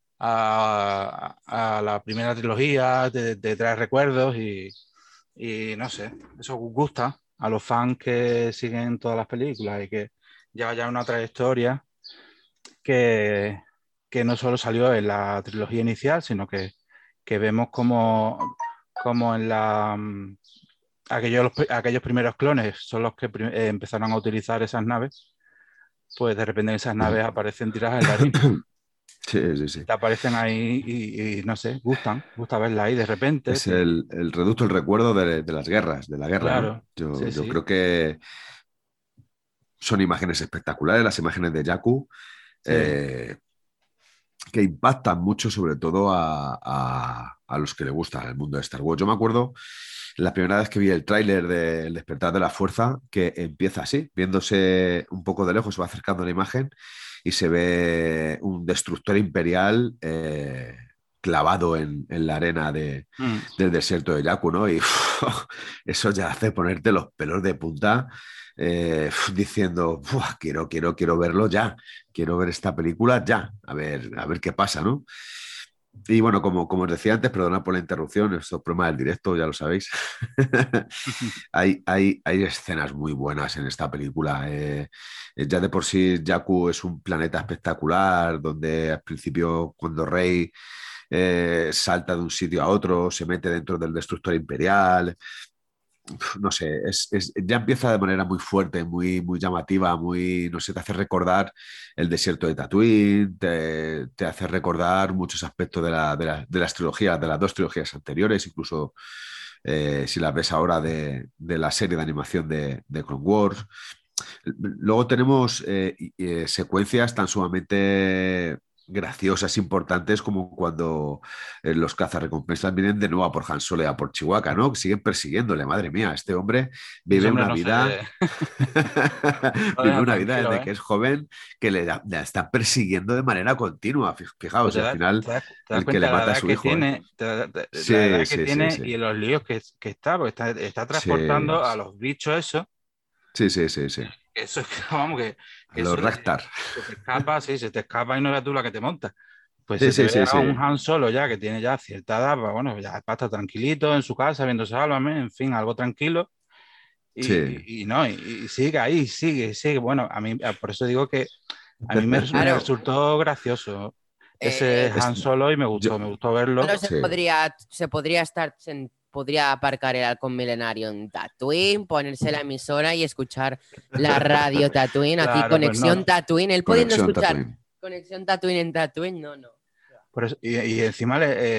a la primera trilogía, te trae recuerdos y no sé, eso gusta a los fans que siguen todas las películas y que lleva ya una trayectoria que, que no solo salió en la trilogía inicial, sino que vemos como en aquellos primeros clones son los que empezaron a utilizar esas naves, pues de repente esas naves aparecen tiradas en la arena. Sí, sí, sí. Te aparecen ahí y no sé, gusta verla ahí de repente. Es el reducto, el recuerdo de las guerras, de la guerra, ¿no? Claro, Yo, sí, yo sí, creo que son imágenes espectaculares, las imágenes de Jakku, sí. eh, que impactan mucho, sobre todo a los que le gusta el mundo de Star Wars. Yo me acuerdo la primera vez que vi el tráiler de El despertar de la fuerza, que empieza así, viéndose un poco de lejos, se va acercando la imagen y se ve un destructor imperial clavado en la arena Mm. del desierto de Jakku, ¿no? Y eso ya hace ponerte los pelos de punta diciendo, quiero verlo ya, quiero ver esta película ya, a ver qué pasa, ¿no? Y bueno, como os decía antes, perdona por la interrupción, esto es problema del directo, ya lo sabéis. Hay escenas muy buenas en esta película. Ya de por sí, Jakku es un planeta espectacular, donde al principio, cuando Rey salta de un sitio a otro, se mete dentro del destructor imperial. No sé, ya empieza de manera muy fuerte, muy llamativa, no sé, te hace recordar el desierto de Tatooine, te hace recordar muchos aspectos de las trilogías, de las dos trilogías anteriores, incluso si las ves ahora de la serie de animación de Clone Wars. Luego tenemos secuencias tan sumamente graciosas, importantes, como cuando los cazarrecompensas vienen de nuevo a por Han Solo y a por Chewbacca, ¿no? Que siguen persiguiéndole, madre mía, este hombre Ese vive hombre una no vida, se lo vive deja una vida tranquilo, desde ¿eh? que es joven que le está persiguiendo de manera continua. Pues Fijaos, y al final te das el que le cuenta de la mata a edad su que hijo, ¿eh? tiene, la edad Sí, que sí, sí, tiene sí. y los líos que está, porque está Sí, transportando a los bichos esos. sí, sí, sí, sí. Eso es que, vamos, A que eso los Raktar. se te escapa, sí, se te escapa y no eres tú la que te montas. Pues Sí, se te sí, ve sí, a un sí. Han Solo ya que tiene ya cierta edad, pues bueno, ya para estar tranquilito en su casa, viendo Sálvame, en fin, algo tranquilo. Sí. Y no, y sigue ahí, sigue. Bueno, a mí, por eso digo que a mí me Claro, resultó gracioso ese eh, Han Es- Solo y yo, me gustó verlo. solo sí. podría aparcar el halcón milenario en Tatooine, ponerse la emisora y escuchar la radio Tatooine, aquí Claro, pues no, Conexión Tatooine, él pudiendo Conexión escuchar Tatooine. Conexión Tatooine en Tatooine, no, no. por eso, y encima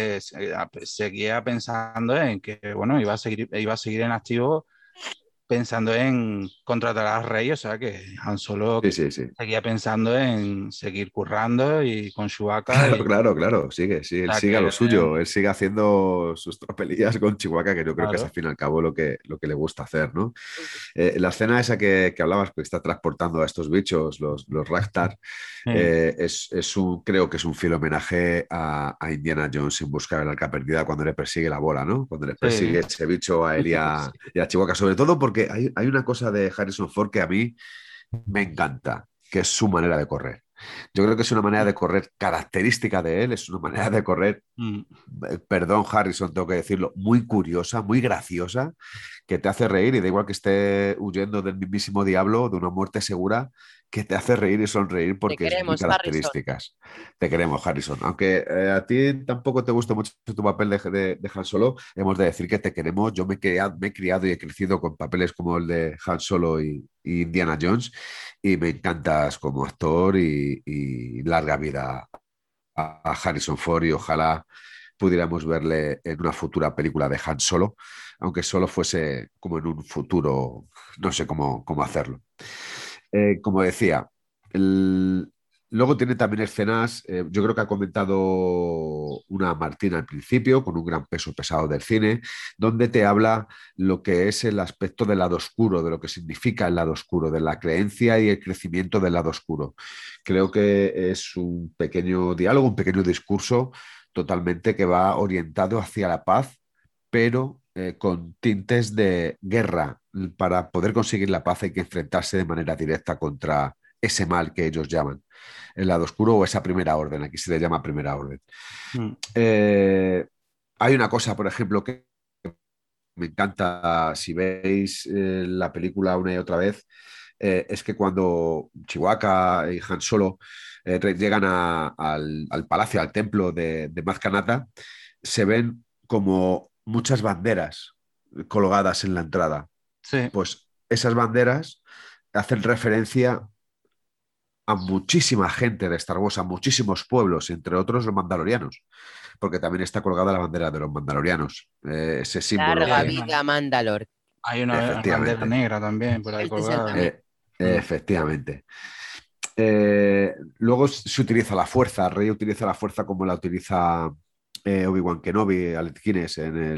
seguía pensando en que, bueno, iba a seguir en activo pensando en contratar a Rey, o sea que Han Solo Sí, sí, sí. seguía pensando en seguir currando y con Chewbacca Claro, y, claro, claro, sigue, sí, o él sea sigue a lo que, suyo, él sigue haciendo sus tropelías con Chihuahua, que yo creo que es al claro, fin y al cabo lo que le gusta hacer, ¿no? La escena esa que hablabas, que está transportando a estos bichos, los Raktar, sí, creo que es un fiel homenaje a Indiana Jones en busca del arca perdida cuando le persigue la bola, ¿no? Cuando le persigue sí, ese bicho a él sí, y a Chihuahua, sobre todo porque hay una cosa de Harrison Ford que a mí me encanta, que es su manera de correr. Yo creo que es una manera de correr característica de él, es una manera de correr, mm, perdón Harrison, tengo que decirlo, muy curiosa, muy graciosa, que te hace reír y da igual que esté huyendo del mismísimo diablo, de una muerte segura, que te hace reír y sonreír Te porque es muy queremos, Harrison. características. Te queremos, Harrison. Aunque a ti tampoco te gusta mucho tu papel de Han Solo, hemos de decir que te queremos. Yo me he criado y he crecido con papeles como el de Han Solo y Indiana Jones y me encantas como actor y larga vida a Harrison Ford y ojalá pudiéramos verle en una futura película de Han Solo, aunque solo fuese como en un futuro, no sé cómo hacerlo. Como decía, el- luego tiene también escenas, yo creo que ha comentado una Martina al principio, con un gran peso pesado del cine, donde te habla lo que es el aspecto del lado oscuro, de lo que significa el lado oscuro, de la creencia y el crecimiento del lado oscuro. Creo que es un pequeño diálogo, un pequeño discurso totalmente que va orientado hacia la paz, pero con tintes de guerra. Para poder conseguir la paz hay que enfrentarse de manera directa contra ese mal que ellos llaman el lado oscuro o esa primera orden. Aquí se le llama primera orden. mm, Eh, Hay una cosa, por ejemplo, que me encanta si veis la película una y otra vez, es que cuando Chewbacca y Han Solo llegan al palacio, al templo de Maz Kanata, se ven como muchas banderas colgadas en la entrada. sí. Pues esas banderas hacen referencia a muchísima gente de Star Wars, a muchísimos pueblos, entre otros los mandalorianos, porque también está colgada la bandera de los mandalorianos, ese símbolo Y Larga que vida, Mandalor. hay una bandera efectivamente, negra también por ahí Este es el colgada. camino. eh, Mm, efectivamente. Luego se utiliza la fuerza, Rey utiliza la fuerza como la utiliza Obi-Wan Kenobi, Alec Guinness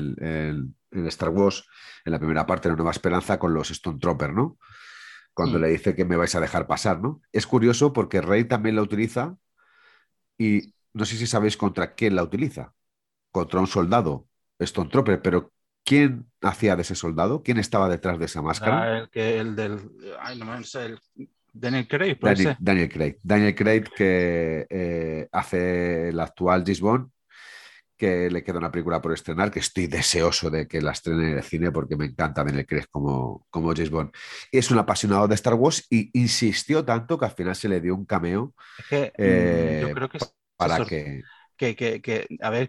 en Star Wars, en la primera parte de la Nueva Esperanza, con los Stormtroopers, ¿no? Cuando mm. le dice que me vais a dejar pasar, ¿no? Es curioso porque Rey también la utiliza y no sé si sabéis contra quién la utiliza. Contra un soldado, Stormtrooper, pero ¿quién hacía de ese soldado? ¿Quién estaba detrás de esa máscara? El del, ay, no me sé, el Daniel Craig, puede ser. Daniel Craig. Daniel Craig que hace el actual James Bond, que le queda una película por estrenar, que estoy deseoso de que la estrene en el cine porque me encanta Daniel Craig como James Bond. Es un apasionado de Star Wars y insistió tanto que al final se le dio un cameo Es que yo eh, creo que para que... a ver,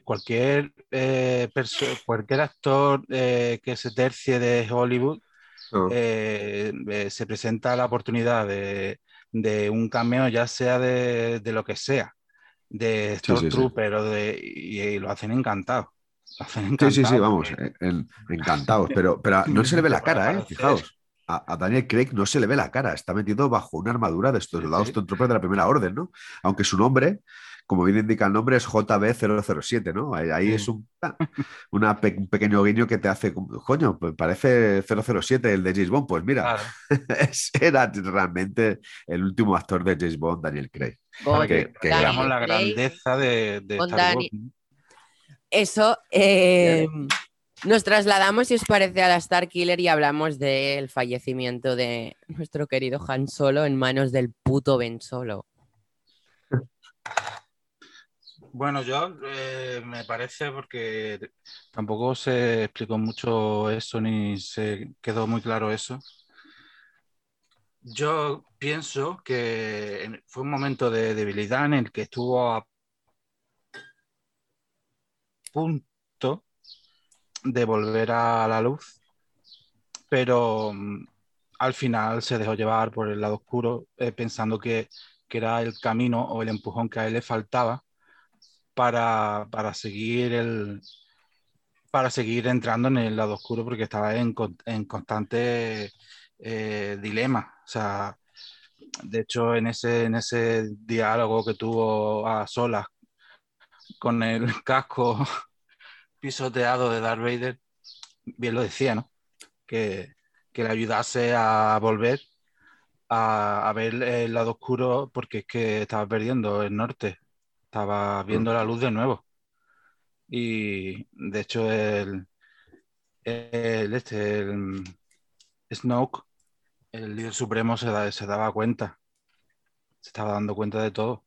cualquier actor que se tercie de Hollywood No, se presenta la oportunidad de un cameo, ya sea de lo que sea, de sí, sí, sí. Stormtrooper y lo hacen encantado. Lo hacen Sí, sí, sí, encantado vamos, porque encantados, pero no se le ve se la puede cara, aparecer. fijaos. a Daniel Craig no se le ve la cara, está metido bajo una armadura de estos Sí, soldados sí. Stormtroopers de la Primera Orden, ¿no? Aunque su nombre, como bien indica el nombre, es JB-007, ¿no? Ahí es Sí. un pequeño guiño que te hace, coño, pues parece 007 el de James Bond. Pues mira, Claro. era realmente el último actor de James Bond, Daniel Craig. Para Con Que que veamos Daniel grande. la Craig, grandeza de con Star Wars, Dani. ¿no? Eso, nos trasladamos, si os parece, a la Star Killer y hablamos del fallecimiento de nuestro querido Han Solo en manos del puto Ben Solo. Bueno, yo me parece porque tampoco se explicó mucho eso ni se quedó muy claro eso. Yo pienso que fue un momento de debilidad en el que estuvo a punto de volver a la luz, pero al final se dejó llevar por el lado oscuro, pensando que era el camino o el empujón que a él le faltaba para seguir para seguir entrando en el lado oscuro porque estaba en constante dilema. O sea, de hecho, en ese diálogo que tuvo a solas con el casco pisoteado de Darth Vader, bien lo decía, ¿no? Que, que le ayudase a volver a ver el lado oscuro porque es que estaba perdiendo el norte, estaba viendo la luz de nuevo. Y de hecho, el Snoke, el líder supremo, se daba cuenta, se estaba dando cuenta de todo.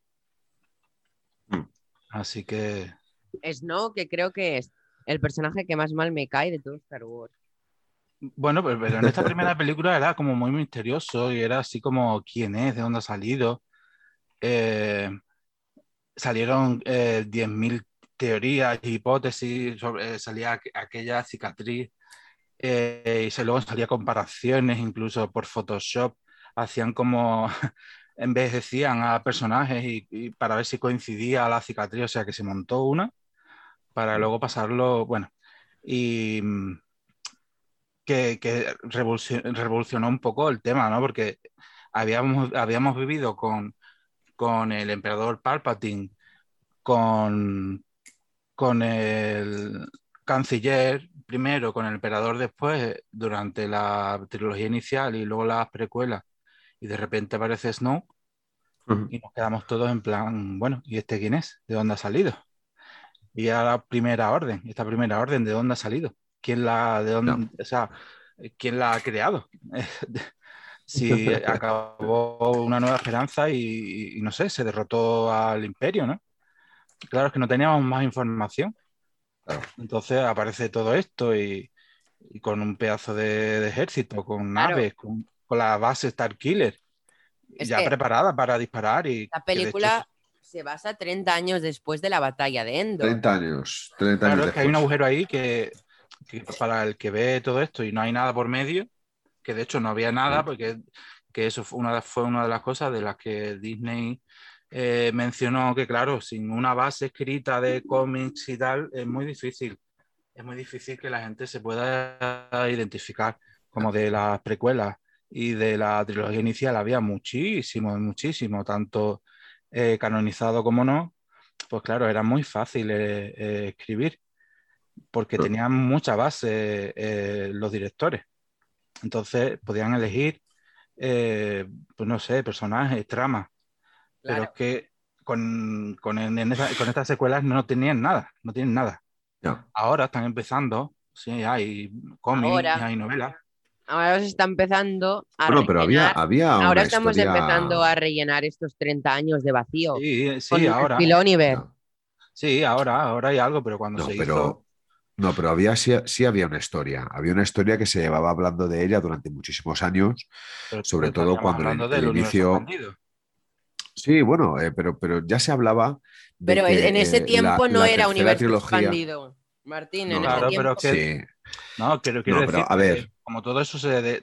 Así que, Snow, que creo que es el personaje que más mal me cae de todo Star Wars. bueno, pero en esta primera película era como muy misterioso y era así como quién es, de dónde ha salido. Eh, Salieron 10.000 teorías, hipótesis, salía aquella cicatriz luego salía comparaciones, incluso por Photoshop, hacían como envejecían a personajes y para ver si coincidía la cicatriz, o sea que se montó una para luego pasarlo, bueno, y que revolucionó un poco el tema, ¿no? Porque habíamos vivido con el emperador Palpatine, con, con el canciller primero, con el emperador después, durante la trilogía inicial y luego las precuelas, y de repente aparece Snow Ujú. y nos quedamos todos en plan, bueno, ¿y este quién es? ¿De dónde ha salido? Y a la primera orden, esta primera orden, ¿de dónde ha salido? ¿De No. dónde, o sea, quién la ha creado? Si acabó una nueva esperanza y no sé, se derrotó al imperio, ¿no? Claro, es que no teníamos más información. Claro. Entonces aparece todo esto y con un pedazo de ejército, con Claro, naves, con la base Starkiller es ya que preparada para disparar y la que de hecho, película se basa 30 años después de la batalla de Endor. 30 años claro, es que hay un después. agujero ahí que para el que ve todo esto y no hay nada por medio, que de hecho no había nada porque que eso fue una de las cosas de las que Disney mencionó que claro, sin una base escrita de cómics y tal, es muy difícil que la gente se pueda identificar. Como de las precuelas y de la trilogía inicial había muchísimo, muchísimo, tanto canonizado como no, pues claro, era muy fácil escribir porque tenían mucha base los directores. Entonces podían elegir, pues no sé, personajes, tramas, pero es Claro. que con estas secuelas no tenían nada, no tienen nada. No. Ahora están empezando, sí, hay cómics y Ahora, hay novelas. ahora se está empezando a Bueno, pero rellenar. había Ahora una estamos historia. empezando a rellenar estos 30 años de vacío Sí, sí, con el ahora, Filoniver. No, sí, ahora hay algo, pero cuando no, se hizo, pero sí había una historia. Había una historia que se llevaba hablando de ella durante muchísimos años, pero sobre todo estaríamos cuando hablando el del universo inicio. expandido. Sí, bueno, pero ya se hablaba de Pero en ese que tiempo no la era tercera universo trilogía. expandido. Martín, en No, ese no, Claro, pero es tiempo. que, sí, no, quiero no, pero decir a que ver, como todo eso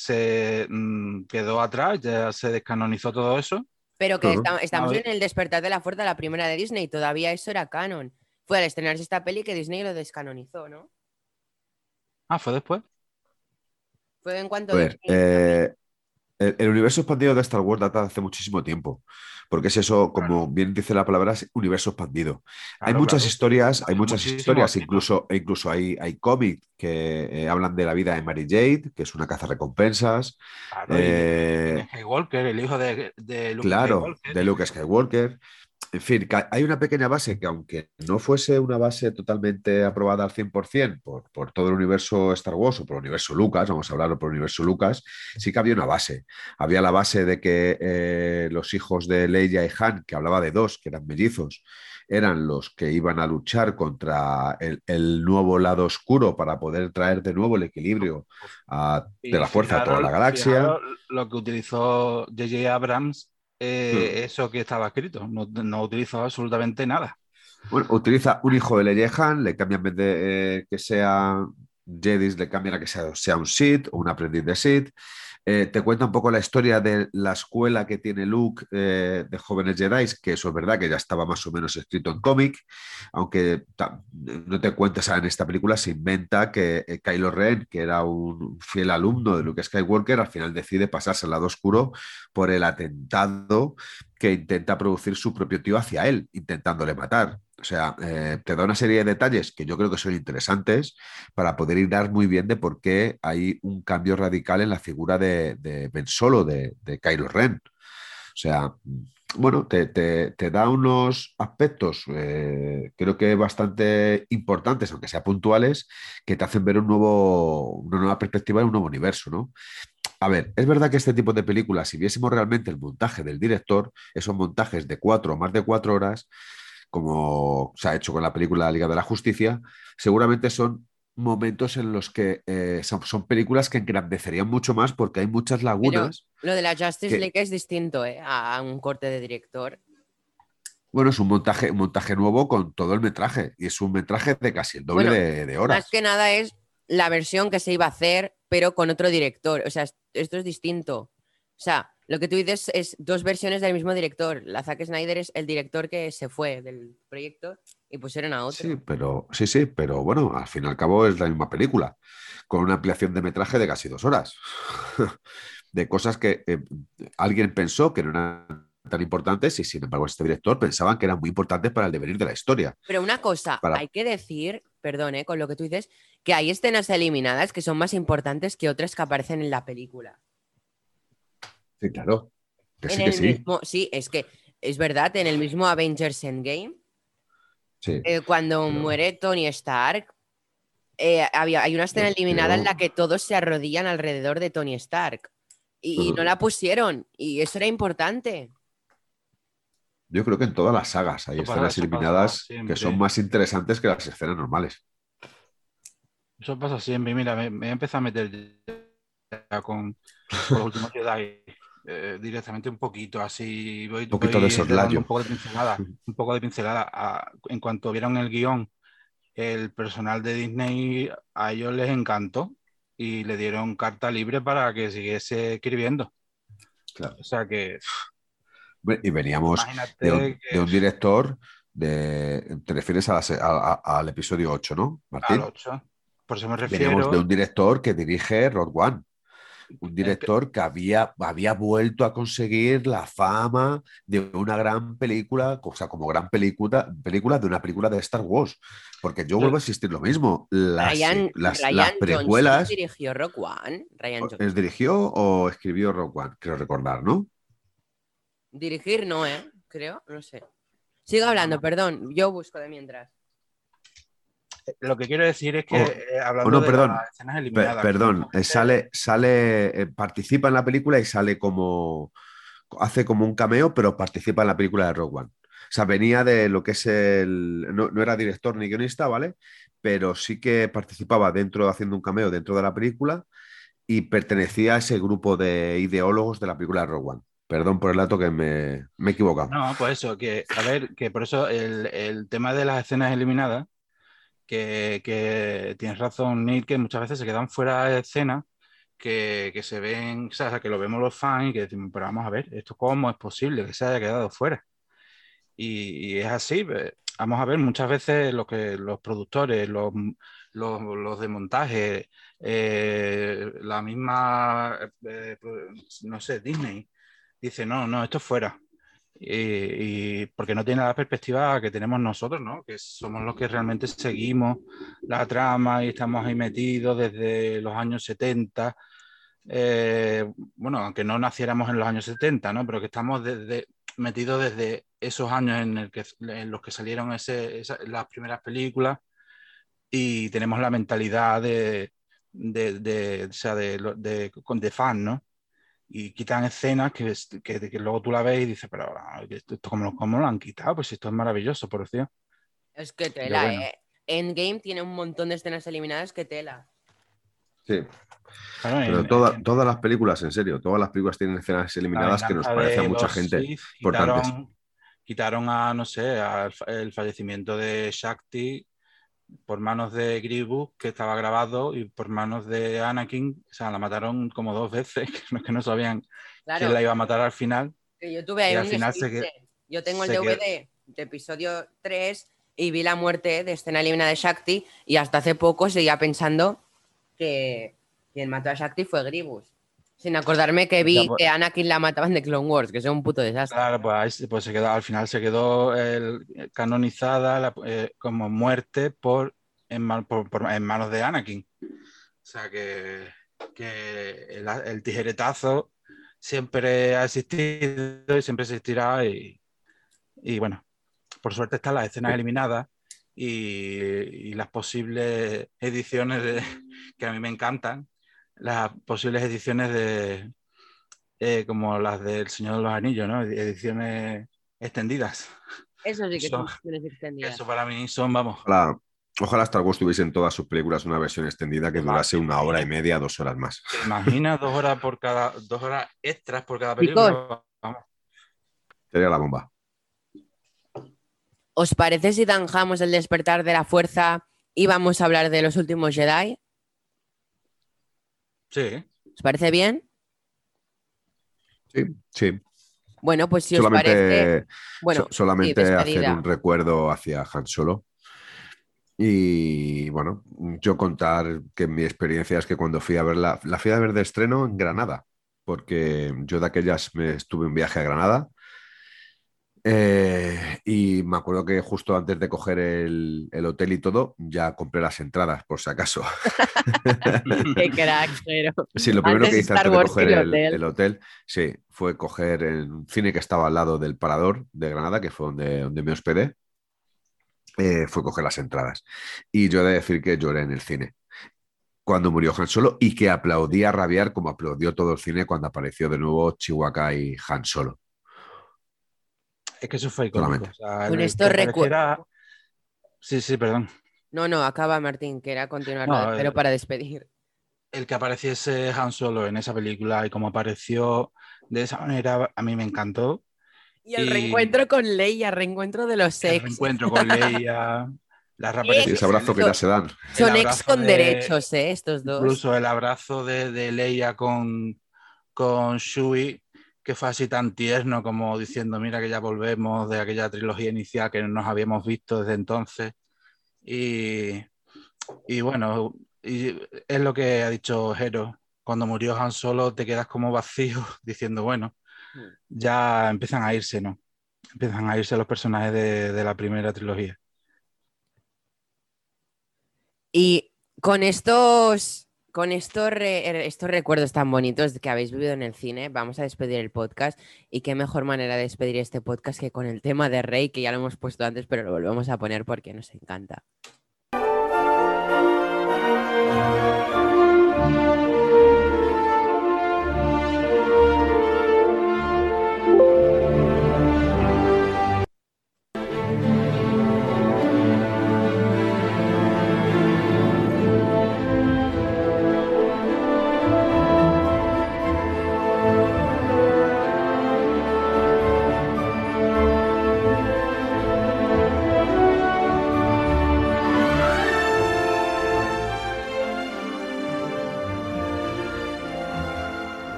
se quedó atrás, ya se descanonizó todo eso. Pero que ujú, estamos en ¿Sabes? el despertar de la fuerza, la primera de Disney. Todavía eso era canon. Fue al estrenarse esta peli que Disney lo descanonizó, ¿no? Ah, fue después. Fue en cuanto A a ver, 2000 también. el universo expandido de Star Wars data de hace muchísimo tiempo, porque es eso, como Claro, bien dice la palabra, es universo expandido. claro, claro. Hay Hace muchas muchísimo historias, tiempo. incluso hay cómics que hablan de la vida de Mary Jade, que es una cazarrecompensas. Claro, y de Eh, Anakin Skywalker, el hijo de Luke claro, Skywalker. de Luke Skywalker. En fin, que hay una pequeña base que aunque no fuese una base totalmente aprobada al 100% por todo el universo Star Wars o por el universo Lucas, vamos a hablarlo por el universo Lucas, sí que había una base. Había la base de que los hijos de Leia y Han, que hablaba de dos, que eran mellizos, eran los que iban a luchar contra el nuevo lado oscuro para poder traer de nuevo el equilibrio de Y la fuerza a toda la galaxia. fijaros lo que utilizó J.J. Abrams, eso que estaba escrito. No, no utilizó absolutamente nada. Bueno, utiliza un hijo de Leia Han, le cambian en vez de que sea Jedi, le cambian a que sea un Sith o un aprendiz de Sith. Te cuenta un poco la historia de la escuela que tiene Luke de jóvenes Jedi, que eso es verdad que ya estaba más o menos escrito en cómic, aunque no te cuentas en esta película, se inventa que Kylo Ren, que era un fiel alumno de Luke Skywalker, al final decide pasarse al lado oscuro por el atentado que intenta producir su propio tío hacia él, intentándole matar. O sea, te da una serie de detalles que yo creo que son interesantes para poder hilar muy bien de por qué hay un cambio radical en la figura de Ben Solo, de Kylo Ren. O sea, bueno, te da unos aspectos, creo que bastante importantes, aunque sean puntuales, que te hacen ver una nueva perspectiva en un nuevo universo, ¿no? A ver, es verdad que este tipo de películas, si viésemos realmente el montaje del director, esos montajes de 4 o más de 4 horas, como se ha hecho con la película La Liga de la Justicia, seguramente son momentos en los que son películas que engrandecerían mucho más porque hay muchas Pero lagunas lo de la Justice que, League es distinto, a un corte de director. bueno, es un montaje nuevo con todo el metraje y es un metraje de casi el doble Bueno, de más horas. que nada es la versión que se iba a hacer, pero con otro director. O sea, esto es distinto. O sea, lo que tú dices es dos versiones del mismo director. La Zack Snyder es el director que se fue del proyecto y pusieron a otro. Sí, pero bueno, al fin y al cabo es la misma película, con una ampliación de metraje de casi 2 horas. De cosas que alguien pensó que no eran tan importantes y sin embargo este director pensaban que eran muy importantes para el devenir de la historia. Pero una cosa, Para... hay que decir, perdón, con lo que tú dices, que hay escenas eliminadas que son más importantes que otras que aparecen en la película. Sí, claro, que En sí, que el sí. mismo, sí, es que es verdad, en el mismo Avengers Endgame, Sí, cuando pero, muere Tony Stark, hay una escena eliminada en yo, la que todos se arrodillan alrededor de Tony Stark y no la pusieron y eso era importante. yo creo que en todas las sagas hay escenas Eso pasa eliminadas que son siempre. más interesantes que las escenas normales. Eso pasa siempre. Mira, me he empezado a meter ya con los últimos Jedi, directamente un poquito, así Un poquito de voy dando soslayo. un poco de pincelada. En cuanto vieron el guión, el personal de Disney a ellos les encantó y le dieron carta libre para que siguiese escribiendo. Claro. O sea que, Y veníamos imagínate de que un director te refieres al episodio 8, ¿no, al Martín? 8, por eso me Veníamos de refiero. un director que dirige Rogue One, un eh, que- director que había vuelto a conseguir la fama de una gran película, o sea, como gran película de una película de Star Wars. Porque yo vuelvo a insistir lo mismo, las Ryan Johnson precuelas, dirigió Rock One. Ryan ¿es Johnson. dirigió o escribió Rogue One? Quiero recordar, ¿no? Dirigir no, creo, no sé. Sigo hablando, perdón, yo busco de mientras. lo que quiero decir es que, O hablando no, de las perdón, escenas eliminadas, que perdón, mucha gente. participa en la película y sale hace como un cameo, pero participa en la película de Rogue One. O sea, venía de lo que es no era director ni guionista, ¿vale? Pero sí que participaba haciendo un cameo dentro de la película y pertenecía a ese grupo de ideólogos de la película de Rogue One. Perdón por el dato que me he equivocado. No, pues eso, que a ver, que por eso el tema de las escenas eliminadas, que tienes razón, Neil, que muchas veces se quedan fuera de escena, que se ven, o sea, que lo vemos los fans y que decimos, pero vamos a ver, ¿esto cómo es posible que se haya quedado fuera? Y es así, vamos a ver, muchas veces lo que los productores, los de montaje, la misma, no sé, Disney, dice, no, esto fuera. Y porque no tiene la perspectiva que tenemos nosotros, ¿no? Que somos los que realmente seguimos la trama y estamos ahí metidos desde los años 70. Bueno, aunque no naciéramos en los años 70, ¿no? Pero que estamos metidos desde esos años en los que salieron las primeras películas y tenemos la mentalidad o sea, de fan, ¿no? Y quitan escenas que luego tú la ves y dices, pero esto ¿cómo lo han quitado? Pues esto es maravilloso, por decir. Es que Pero tela, bueno. Endgame tiene un montón de escenas eliminadas que tela. Sí. Claro, Pero todas las películas, en serio, todas las películas tienen escenas la eliminadas que nos venganza parece a de mucha los gente Sith importantes. quitaron no sé, el fallecimiento de Shakti por manos de Grievous, que estaba grabado, y por manos de Anakin. O sea, la mataron como 2 veces, que no sabían quién la Claro, iba a matar al final. que yo tuve Y ahí al un final despiste. Yo tengo el se quedó. DVD de episodio 3 y vi la muerte de escena eliminada de Shakti y hasta hace poco seguía pensando que quien mató a Shakti fue Grievous. Sin acordarme que Ya, vi que Anakin la mataban de Clone Wars, que es un puto desastre. claro, pues, pues se quedó, al final se quedó canonizada como muerte en manos de Anakin. O sea que el tijeretazo siempre ha existido y siempre existirá. Y bueno, por suerte están las escenas eliminadas y las posibles ediciones que a mí me encantan, las posibles ediciones como las del Señor de los Anillos, ¿no? Ediciones extendidas. Eso sí que Eso, son versiones extendidas. eso para mí son, vamos, Ojalá Star Wars tuviese en todas sus películas una versión extendida que durase ¿te 1 hora y media, 2 horas más. ¿Te imaginas 2 horas 2 horas extras por cada Chicos, película? Vamos. Sería la bomba. ¿os parece si zanjamos el despertar de la fuerza y vamos a hablar de los últimos Jedi? Sí. ¿Os parece bien? Sí, sí. Bueno, pues si os parece, bueno, sí, Solamente hacer un despedida. recuerdo hacia Han Solo. Y bueno, yo contar que mi experiencia es que cuando fui a verla, la fui a ver de estreno en Granada, porque yo de aquellas me estuve un viaje a Granada. Y me acuerdo que justo antes de coger el hotel y todo, ya compré las entradas, por si acaso. Qué crack, pero Sí, lo primero que antes hice Star antes de Wars que coger el el hotel. hotel, sí, fue coger el cine que estaba al lado del Parador de Granada, que fue donde me hospedé. Fue coger las entradas. Y yo he de decir que lloré en el cine cuando murió Han Solo y que aplaudí a rabiar como aplaudió todo el cine cuando apareció de nuevo Chewbacca y Han Solo. Es que eso fue icónico. Solamente. O sea, Con el esto que recuerdo. apareciera. Sí, perdón. No, acaba Martín, que era continuarlo, No, pero para despedir. el que apareciese Han Solo en esa película y como apareció de esa manera, a mí me encantó. Y el Y reencuentro con Leia, reencuentro de los el ex. reencuentro con Leia, la Sí, ese Ex. abrazo que reaparición, ya se dan. el Son ex abrazo con de, derechos, estos dos. incluso el abrazo de Leia con Chewie, que fue así tan tierno como diciendo, mira que ya volvemos de aquella trilogía inicial que nos habíamos visto desde entonces. Y, y bueno, y es lo que ha dicho Hero. Cuando murió Han Solo te quedas como vacío diciendo, bueno, ya empiezan a irse, ¿no? Empiezan a irse los personajes de la primera trilogía. Y estos recuerdos tan bonitos que habéis vivido en el cine, vamos a despedir el podcast. Y qué mejor manera de despedir este podcast que con el tema de Rey, que ya lo hemos puesto antes, pero lo volvemos a poner porque nos encanta.